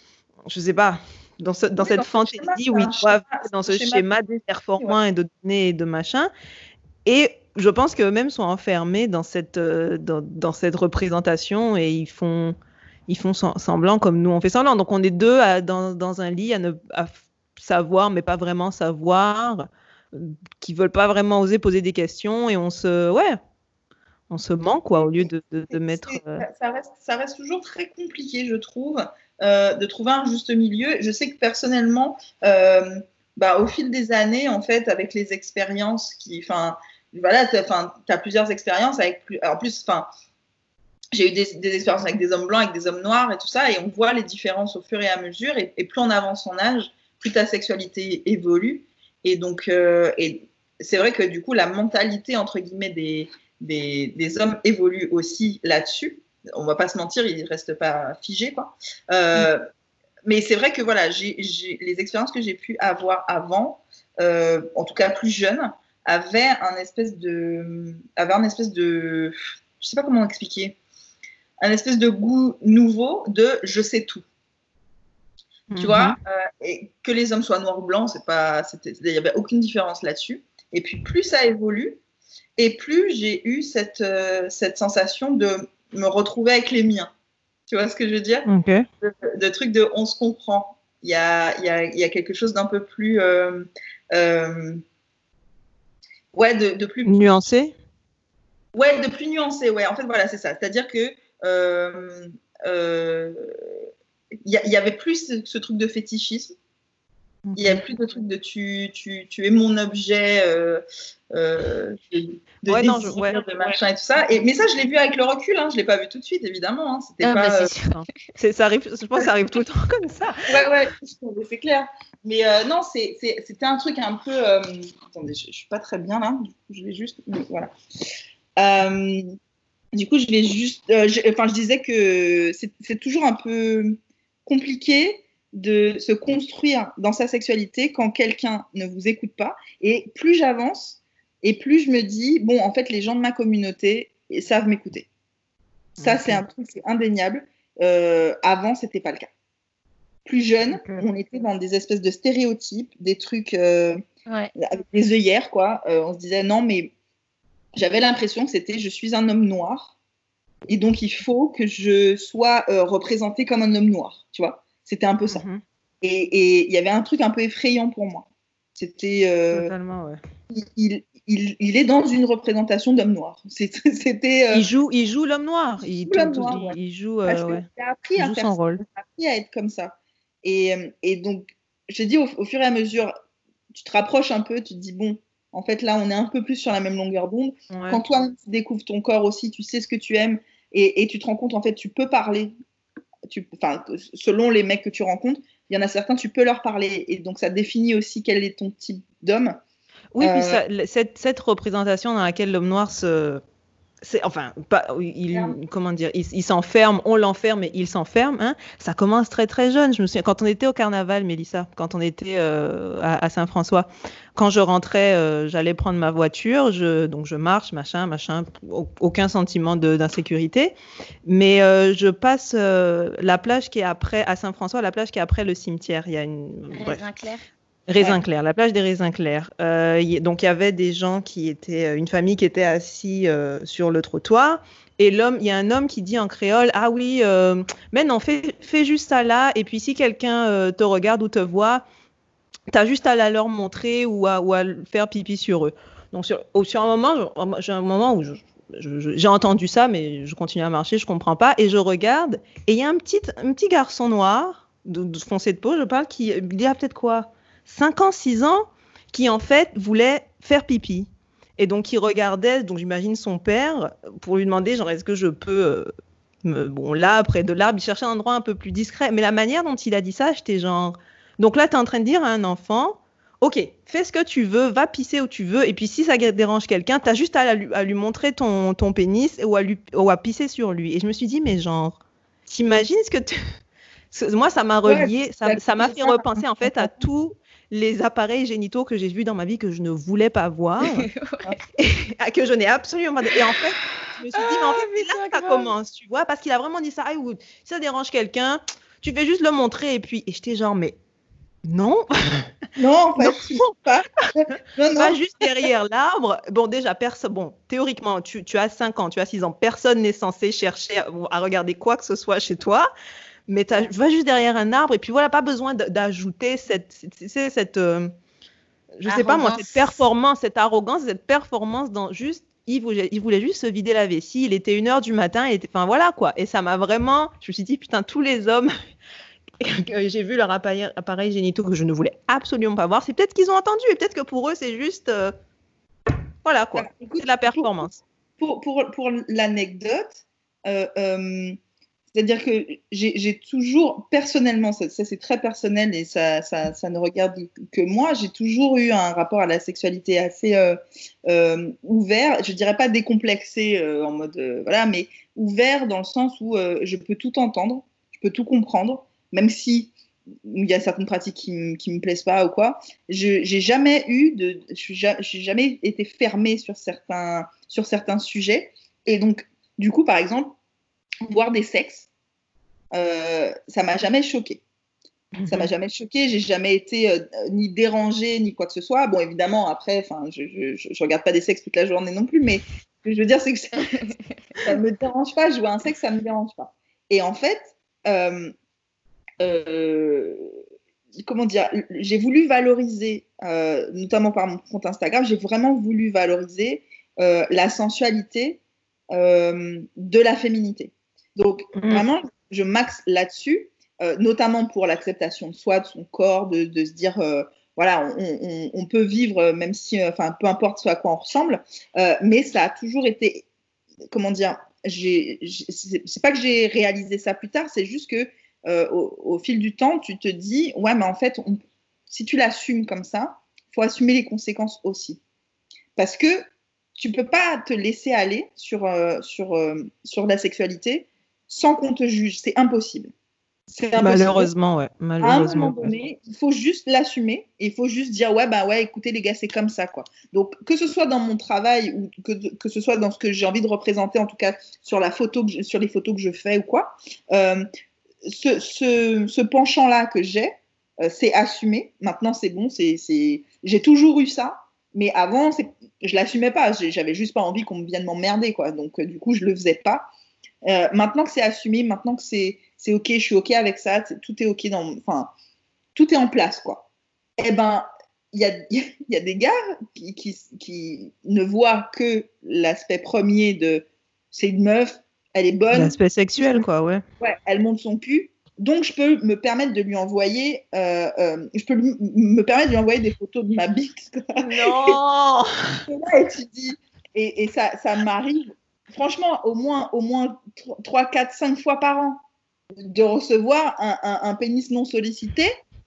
je sais pas dans ce dans oui, cette dans fantaisie schéma, où ils doivent schéma, dans ce schéma, schéma de performance ouais. et de donner et de machin. Et je pense qu'eux-mêmes sont enfermés dans cette euh, dans, dans cette représentation et ils font ils font semblant comme nous on fait semblant. Donc on est deux à, dans, dans un lit à, ne, à savoir mais pas vraiment savoir, qui veulent pas vraiment oser poser des questions et on se ouais on se ment quoi au lieu de, de, de mettre. Euh... Ça, reste, ça reste toujours très compliqué je trouve euh, de trouver un juste milieu. Je sais que personnellement, euh, bah, au fil des années en fait avec les expériences qui, enfin voilà, tu as plusieurs expériences avec plus, en plus enfin. J'ai eu des, des expériences avec des hommes blancs, avec des hommes noirs et tout ça, et on voit les différences au fur et à mesure, et, et plus on avance en âge, plus ta sexualité évolue. Et donc, euh, et c'est vrai que du coup, la mentalité, entre guillemets, des, des, des hommes évolue aussi là-dessus. On va pas se mentir, ils ne restent pas figés, quoi. Euh, mmh. Mais c'est vrai que voilà, j'ai, j'ai, les expériences que j'ai pu avoir avant, euh, en tout cas plus jeune, avaient un espèce de... Avaient un espèce de... Je sais pas comment expliquer. Un espèce de goût nouveau de je sais tout. Mm-hmm. Tu vois, euh, et que les hommes soient noirs ou blancs, c'est pas, il n'y avait aucune différence là-dessus. Et puis plus ça évolue, et plus j'ai eu cette, euh, cette sensation de me retrouver avec les miens. Tu vois ce que je veux dire? Okay. de, de trucs de on se comprend. Il y a, il y a, il y a quelque chose d'un peu plus, euh, euh, ouais, de, de plus nuancé. Ouais, de plus nuancé. Ouais, en fait, voilà, c'est ça. C'est-à-dire que Euh, euh, y, y avait plus ce, ce truc de fétichisme. Il okay. y a plus de truc de tu, tu, tu es mon objet euh, euh, de, de ouais, désir, non, je, ouais, de machin ouais. et tout ça. Et, mais ça, je l'ai vu avec le recul. Hein. Je l'ai pas vu tout de suite, évidemment. Hein. C'était ah, pas. Bah, c'est euh... c'est, ça arrive. Je pense que ça arrive tout le temps comme ça. Ouais, ouais, c'est clair. Mais euh, non, c'est, c'est, c'était un truc un peu. Euh... Attendez, je, je suis pas très bien là. Je vais juste. Voilà. Euh... Du coup, je vais juste. Euh, je, enfin, je disais que c'est, c'est toujours un peu compliqué de se construire dans sa sexualité quand quelqu'un ne vous écoute pas. Et plus j'avance, et plus je me dis bon, en fait, les gens de ma communauté savent m'écouter. Ça, okay. c'est un truc, c'est indéniable. Euh, avant, c'était pas le cas. Plus jeune, okay. on était dans des espèces de stéréotypes, des trucs euh, ouais. avec des œillères, quoi. Euh, on se disait non, mais j'avais l'impression que c'était je suis un homme noir et donc il faut que je sois euh, représentée comme un homme noir, tu vois. C'était un peu ça. Mm-hmm. Et il y avait un truc un peu effrayant pour moi. C'était. Euh, Totalement, ouais. Il, il, il est dans une représentation d'homme noir. C'était. Euh, il joue, il joue l'homme noir. Il, il joue, l'homme tout, noir, il, ouais. il joue. Euh, ouais. Il a appris il à joue faire son ça. rôle. Il a appris à être comme ça. Et, et donc, je te dis, au, au fur et à mesure, tu te rapproches un peu, tu te dis bon. En fait, là, on est un peu plus sur la même longueur d'onde. Ouais. Quand toi, tu découvres ton corps aussi, tu sais ce que tu aimes et, et tu te rends compte, en fait, tu peux parler. Tu, selon les mecs que tu rencontres, il y en a certains, tu peux leur parler. Et donc, ça définit aussi quel est ton type d'homme. Oui, euh, puis ça, cette, cette représentation dans laquelle l'homme noir se... C'est, enfin, pas, il, comment dire, il, il s'enferme, on l'enferme et il s'enferme. Hein, ça commence très très jeune. Je me souviens quand on était au carnaval, Mélissa, quand on était euh, à, à Saint-François, quand je rentrais, euh, j'allais prendre ma voiture, je, donc je marche, machin, machin, aucun sentiment de, d'insécurité. Mais euh, je passe euh, la plage qui est après à Saint-François, la plage qui est après le cimetière. Il y a une raisin clair. Raisins ouais. clairs, la plage des raisins clairs. Euh, y, donc il y avait des gens qui étaient, une famille qui était assis euh, sur le trottoir. Et l'homme, il y a un homme qui dit en créole, ah oui, euh, mais non, fais, fais juste ça là. Et puis si quelqu'un euh, te regarde ou te voit, t'as juste à la leur montrer ou à, ou à faire pipi sur eux. Donc, sur, au, sur un moment, j'ai un moment où je, je, je, j'ai entendu ça, mais je continue à marcher, je comprends pas. Et je regarde, et il y a un petit, un petit garçon noir, de, de foncé de peau, je parle, qui il y a peut-être quoi, cinq ans, six ans, qui en fait voulait faire pipi. Et donc, il regardait, donc j'imagine son père, pour lui demander, genre, est-ce que je peux... Euh, me, bon, là, près de l'arbre, il cherchait un endroit un peu plus discret. Mais la manière dont il a dit ça, j'étais genre... Donc là, tu es en train de dire à un enfant, ok, fais ce que tu veux, va pisser où tu veux, et puis si ça dérange quelqu'un, tu as juste à, à, à lui montrer ton, ton pénis ou à, lui, ou à pisser sur lui. Et je me suis dit, mais genre, t'imagines ce que tu... Moi, ça m'a relié, ouais, ça, ça m'a fait repenser en fait à tous les appareils génitaux que j'ai vus dans ma vie que je ne voulais pas voir, et, et que je n'ai absolument pas... Et en fait, je me suis dit, mais en fait, c'est là que ça commence, tu vois, parce qu'il a vraiment dit ça, ah, si ça dérange quelqu'un, tu fais juste le montrer, et puis, et j'étais genre, mais non. Non, en fait, non. Tu pas. Non, non. Pas juste derrière l'arbre. Bon, déjà, perso- bon, théoriquement, tu, tu as cinq ans, tu as six ans, personne n'est censé chercher à, à regarder quoi que ce soit chez toi. Mais tu vas juste derrière un arbre et puis voilà, pas besoin d'ajouter cette, cette, cette euh, je arrogance. sais pas moi, cette performance, cette arrogance, cette performance dans juste, il voulait, il voulait juste se vider la vessie, il était une heure du matin, il était, enfin voilà quoi. Et ça m'a vraiment, je me suis dit, putain, tous les hommes, j'ai vu leur appareil, appareil génitaux que je ne voulais absolument pas voir, c'est peut-être qu'ils ont entendu et peut-être que pour eux, c'est juste, euh, voilà quoi, alors, écoute, c'est de la performance. Pour, pour, pour, pour l'anecdote, euh, euh, c'est-à-dire que j'ai, j'ai toujours, personnellement, ça, ça c'est très personnel et ça, ça, ça ne regarde que moi, j'ai toujours eu un rapport à la sexualité assez euh, euh, ouvert, je dirais pas décomplexé euh, en mode, euh, voilà, mais ouvert dans le sens où euh, je peux tout entendre, je peux tout comprendre, même si il y a certaines pratiques qui ne me plaisent pas ou quoi. Je j'ai jamais eu de, je n'ai jamais été fermée sur certains, sur certains sujets. Et donc, du coup, par exemple, voir des sexes, euh, ça m'a jamais choquée. Mm-hmm. Ça m'a jamais choquée. J'ai jamais été euh, ni dérangée ni quoi que ce soit. Bon, évidemment, après, enfin, je, je, je, je regarde pas des sexes toute la journée non plus, mais ce que je veux dire, c'est que ça, ça me dérange pas. Je vois un sexe, ça me dérange pas. Et en fait, euh, euh, comment dire, j'ai voulu valoriser, euh, notamment par mon compte Instagram, j'ai vraiment voulu valoriser euh, la sensualité euh, de la féminité. Donc, mmh. vraiment, je maxe là-dessus, euh, notamment pour l'acceptation de soi, de son corps, de, de se dire, euh, voilà, on, on, on peut vivre, même si, enfin, peu importe ce à quoi on ressemble, euh, mais ça a toujours été, comment dire, j'ai, j'ai, c'est, c'est pas que j'ai réalisé ça plus tard, c'est juste que euh, au, au fil du temps, tu te dis, ouais, mais en fait, on, si tu l'assumes comme ça, il faut assumer les conséquences aussi. Parce que tu ne peux pas te laisser aller sur, euh, sur, euh, sur la sexualité sans qu'on te juge. C'est impossible. C'est impossible. Malheureusement, ouais. Malheureusement, à un moment donné, il faut juste l'assumer et il faut juste dire, ouais, bah ouais, écoutez, les gars, c'est comme ça, quoi. Donc, que ce soit dans mon travail ou que, que ce soit dans ce que j'ai envie de représenter, en tout cas sur, la photo que je, sur les photos que je fais ou quoi, euh, ce, ce, ce penchant-là que j'ai, euh, c'est assumé. Maintenant, c'est bon, c'est, c'est... j'ai toujours eu ça. Mais avant, c'est... je l'assumais pas. J'avais juste pas envie qu'on me vienne m'emmerder, quoi. Donc, euh, du coup, je le faisais pas. Euh, maintenant que c'est assumé, maintenant que c'est, c'est ok, je suis ok avec ça, tout est ok dans, enfin, tout est en place, quoi. Eh ben, il y a, y a des gars qui, qui, qui ne voient que l'aspect premier de, c'est une meuf, elle est bonne. L'aspect sexuel, quoi, ouais. Ouais, elle monte son cul. Donc, je peux me permettre de lui envoyer, euh, euh, je peux lui, me permettre de lui envoyer des photos de ma bite. Non. et, tu dis, et, et ça, ça m'arrive, franchement, au moins, au moins trois, quatre, cinq fois par an, de recevoir un, un, un pénis non sollicité,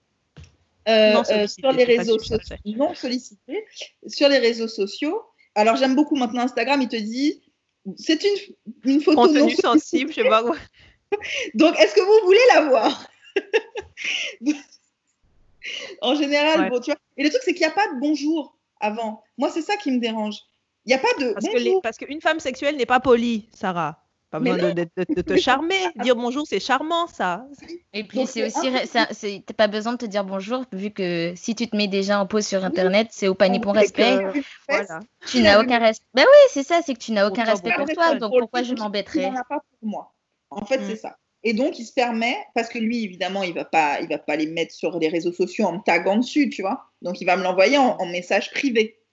euh, non sollicité euh, sur les réseaux sociaux, non sollicité, sur les réseaux sociaux. Alors, j'aime beaucoup maintenant Instagram, il te dit, c'est une, une photo contenu non sensible, je sais pas quoi. Donc, est-ce que vous voulez la voir? En général, ouais. Bon, tu vois. Et le truc, c'est qu'il n'y a pas de bonjour avant. Moi, c'est ça qui me dérange. Il n'y a pas de parce bonjour. Que les, parce qu'une femme sexuelle n'est pas polie, Sarah. Pas besoin de, de, de, de te charmer. Dire bonjour, c'est charmant, ça. Et puis, donc, c'est aussi, ça, c'est, t'as pas besoin de te dire bonjour, vu que si tu te mets déjà en pause sur Internet, c'est au panier pour respect. Que, voilà. Tu n'as aucun respect. Ben oui, c'est ça, c'est que tu n'as aucun respect pour toi. Donc, pourquoi je m'embêterais? Il n'en a pas pour moi. En fait, mm. c'est ça. Et donc, il se permet, parce que lui, évidemment, il ne va pas, il va pas les mettre sur les réseaux sociaux en me taguant dessus, tu vois. Donc, il va me l'envoyer en, en message privé.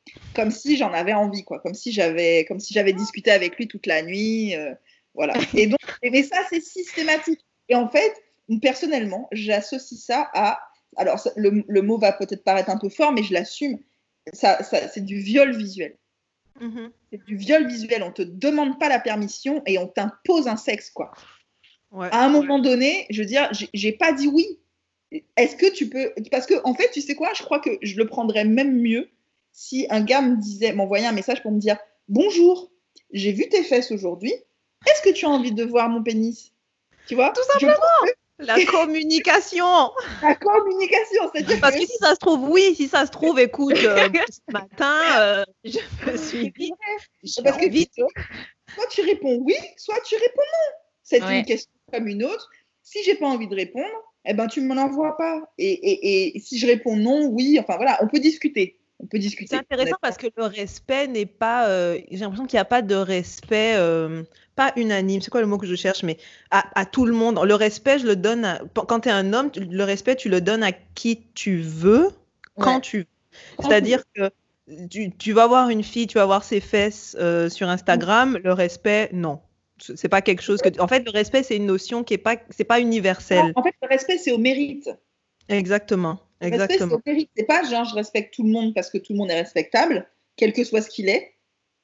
comme si j'en avais envie, quoi, comme si j'avais, comme si j'avais discuté avec lui toute la nuit, euh, voilà. Et donc, mais ça, c'est systématique. Et en fait, personnellement, j'associe ça à, alors ça, le, le mot va peut-être paraître un peu fort, mais je l'assume, ça, ça, c'est du viol visuel. Mm-hmm. C'est du viol visuel. On te demande pas la permission et on t'impose un sexe, quoi. Ouais, à un moment ouais. donné, je veux dire, j'ai, j'ai pas dit oui. Est-ce que tu peux, parce que en fait, tu sais quoi, je crois que je le prendrais même mieux si un gars me disait, m'envoyait un message pour me dire bonjour, j'ai vu tes fesses aujourd'hui. Est-ce que tu as envie de voir mon pénis? Tu vois? Tout simplement. Que... La communication. La communication, c'est-à-dire parce que... que si ça se trouve, oui, si ça se trouve, écoute, euh, ce matin, euh, je me suis dit, parce que vite, soit tu réponds oui, soit tu réponds non. C'est ouais. une question comme une autre. Si j'ai pas envie de répondre, eh ben tu me l'envoies pas. Et, et, et si je réponds non, oui, enfin voilà, on peut discuter. On peut discuter. C'est intéressant parce que le respect n'est pas. Euh, j'ai l'impression qu'il n'y a pas de respect, euh, pas unanime. C'est quoi le mot que je cherche? Mais à, à tout le monde. Le respect, je le donne. À, quand tu es un homme, le respect, tu le donnes à qui tu veux, quand ouais. tu veux. Quand C'est-à-dire tu... que tu, tu vas voir une fille, tu vas voir ses fesses euh, sur Instagram. Le respect, non. C'est pas quelque chose que. En fait, le respect, c'est une notion qui est pas. C'est pas universel. Non, en fait, le respect, c'est au mérite. Exactement. Le Exactement. respect, c'est au mérite. C'est pas genre je respecte tout le monde parce que tout le monde est respectable, quel que soit ce qu'il est.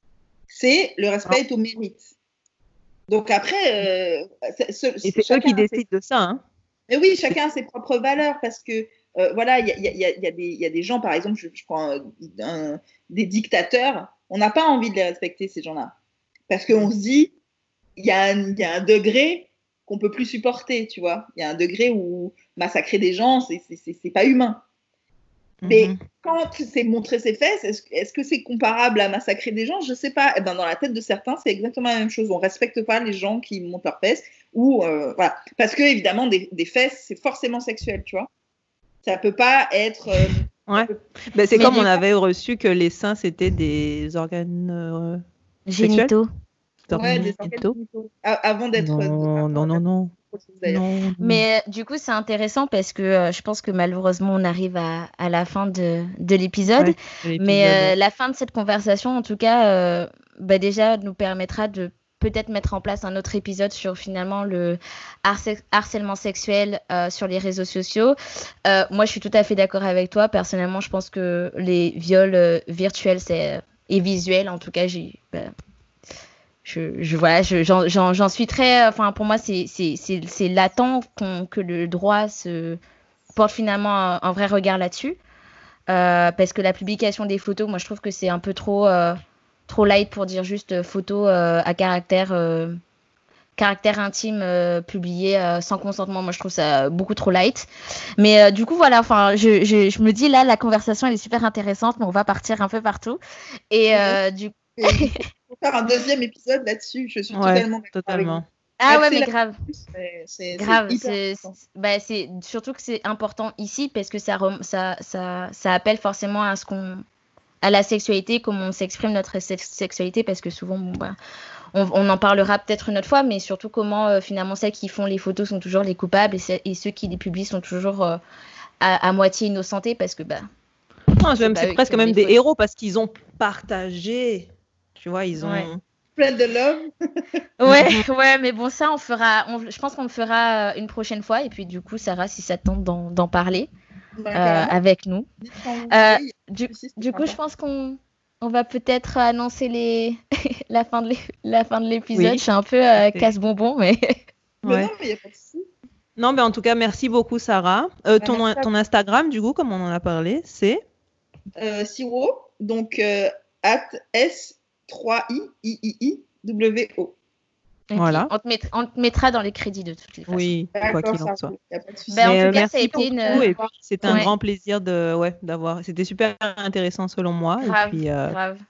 C'est le respect ah. est au mérite. Donc après, euh, c'est, ce, et c'est eux qui décident ses... de ça. Hein. Mais oui, chacun a ses propres valeurs parce que euh, voilà, il y, y, y, y, y a des gens, par exemple, je, je prends un, un, des dictateurs, on n'a pas envie de les respecter ces gens-là parce qu'on se dit il y, y a un degré qu'on peut plus supporter, tu vois. Il y a un degré où massacrer des gens, c'est, c'est, c'est, c'est pas humain. Mm-hmm. Mais quand c'est montrer ses fesses, est-ce, est-ce que c'est comparable à massacrer des gens? Je sais pas. Eh ben, dans la tête de certains, c'est exactement la même chose. On respecte pas les gens qui montrent leurs fesses. Ou, euh, voilà. Parce que, évidemment, des, des fesses, c'est forcément sexuel, tu vois. Ça peut pas être... Euh, ouais. Peut... Ben, c'est Mais comme on cas... avait reçu que les seins, c'était des organes euh, génitaux. Ouais, des organes génitaux. Avant d'être... Non, euh, non, non, non. Non. Mais euh, du coup, c'est intéressant parce que euh, je pense que malheureusement, on arrive à, à la fin de, de l'épisode. Ouais, l'épisode. Mais euh, la fin de cette conversation, en tout cas, euh, bah, déjà, nous permettra de peut-être mettre en place un autre épisode sur finalement le harc- harcèlement sexuel euh, sur les réseaux sociaux. Euh, moi, je suis tout à fait d'accord avec toi. Personnellement, je pense que les viols euh, virtuels c'est, et visuels, en tout cas, j'ai... Bah, Je, je, voilà, je, j'en, j'en, j'en suis très... Enfin, pour moi, c'est, c'est, c'est, c'est latent qu'on, que le droit se porte finalement un, un vrai regard là-dessus. Euh, parce que la publication des photos, moi, je trouve que c'est un peu trop, euh, trop light pour dire juste photo euh, à caractère, euh, caractère intime euh, publié euh, sans consentement. Moi, je trouve ça beaucoup trop light. Mais euh, du coup, voilà, enfin, je, je, je me dis, là, la conversation, elle est super intéressante, mais on va partir un peu partout. Et euh, du coup... Faut faire un deuxième épisode là-dessus, je suis ouais, totalement d'accord totalement. avec vous. Ah ouais, mais grave. C'est, c'est, grave, c'est, c'est, c'est, bah, c'est surtout que c'est important ici parce que ça, rem, ça, ça, ça appelle forcément à ce qu'on, à la sexualité, comment on s'exprime notre sexualité, parce que souvent, bon, bah, on, on en parlera peut-être une autre fois, mais surtout comment euh, finalement celles qui font les photos sont toujours les coupables et, et ceux qui les publient sont toujours euh, à, à moitié innocentés parce que bah. Non, c'est, même, c'est presque même des fautes. Héros parce qu'ils ont partagé. Tu vois, ils ont ouais. plein de love. ouais, ouais, mais bon, ça, on fera. On, je pense qu'on le fera une prochaine fois. Et puis, du coup, Sarah, si ça te tente d'en, d'en parler bah, euh, avec nous. Euh, du, du coup, je pense qu'on on va peut-être annoncer les la fin de la fin de l'épisode. Oui. Je suis un peu euh, casse-bonbon, mais. mais ouais. Non, mais il n'y a pas de souci. Non, mais en tout cas, merci beaucoup, Sarah. Euh, bah, ton, ton Instagram, du coup, comme on en a parlé, c'est euh, Siro, donc euh, at S. trois i i i i w o. Voilà. On te, met, on te mettra dans les crédits de toutes les façons. Oui, quoi qu'il en soit. Ben, en tout cas, ça a été une. Et puis, c'était ouais. un grand plaisir de, ouais, d'avoir. C'était super intéressant selon moi. Grave, et puis, euh... grave.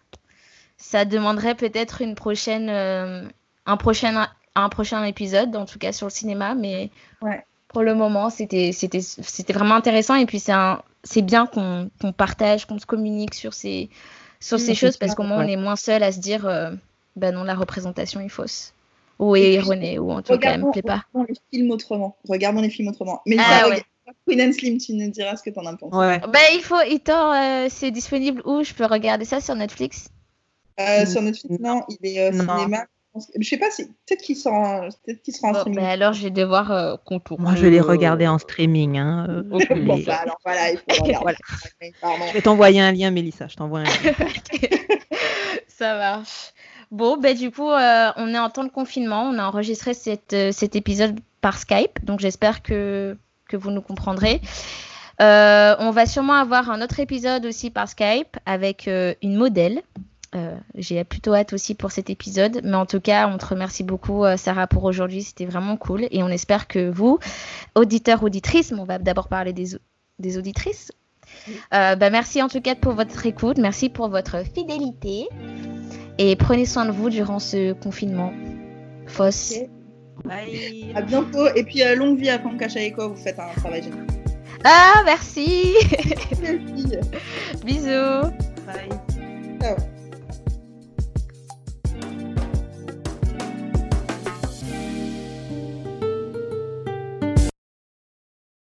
Ça demanderait peut-être une prochaine, euh, un prochain, un prochain épisode, en tout cas sur le cinéma, mais ouais. pour le moment, c'était, c'était, c'était vraiment intéressant. Et puis c'est un, c'est bien qu'on, qu'on partage, qu'on se communique sur ces. sur ces mmh, choses parce qu'au moins ouais. on est moins seul à se dire euh, bah non la représentation est fausse ou est erronée ou en tout cas elle me plaît pas. Regardons les films autrement. Regardons les films autrement. Mais ah, ça, ouais. Queen and Slim, tu nous diras ce que t'en as pensé. Ouais. Bah, il faut, Hitor, euh, c'est disponible où? Je peux regarder ça sur Netflix? Euh, sur Netflix, non, il est euh, Non. cinéma. Je sais pas si. Peut-être qu'il sera, peut-être qu'il sera en Bon, streaming. bah, alors, je vais devoir euh, contourner. Moi, je vais les regarder en streaming. Hein. euh, Ok. je, Bon, les- bah alors voilà, il faut regarder. Voilà. Pardon. je vais t'envoyer un lien, Mélissa. Je t'envoie un lien. Ça marche. Bon, bah, du coup, euh, on est en temps de confinement. On a enregistré cette, euh, cet épisode par Skype. Donc, j'espère que, que vous nous comprendrez. Euh, on va sûrement avoir un autre épisode aussi par Skype avec euh, une modèle. Euh, j'ai plutôt hâte aussi pour cet épisode. Mais en tout cas, on te remercie beaucoup, euh, Sarah, pour aujourd'hui. C'était vraiment cool. Et on espère que vous, auditeurs, auditrices, mais on va d'abord parler des, au- des auditrices. Euh, bah, merci en tout cas pour votre écoute. Merci pour votre fidélité. Et prenez soin de vous durant ce confinement. Foss. Ok. Bye. À bientôt. Et puis, euh, longue vie à Franck Chaeko. Vous faites un travail génial. Ah, merci. Merci. Bisous. Bye. Ciao.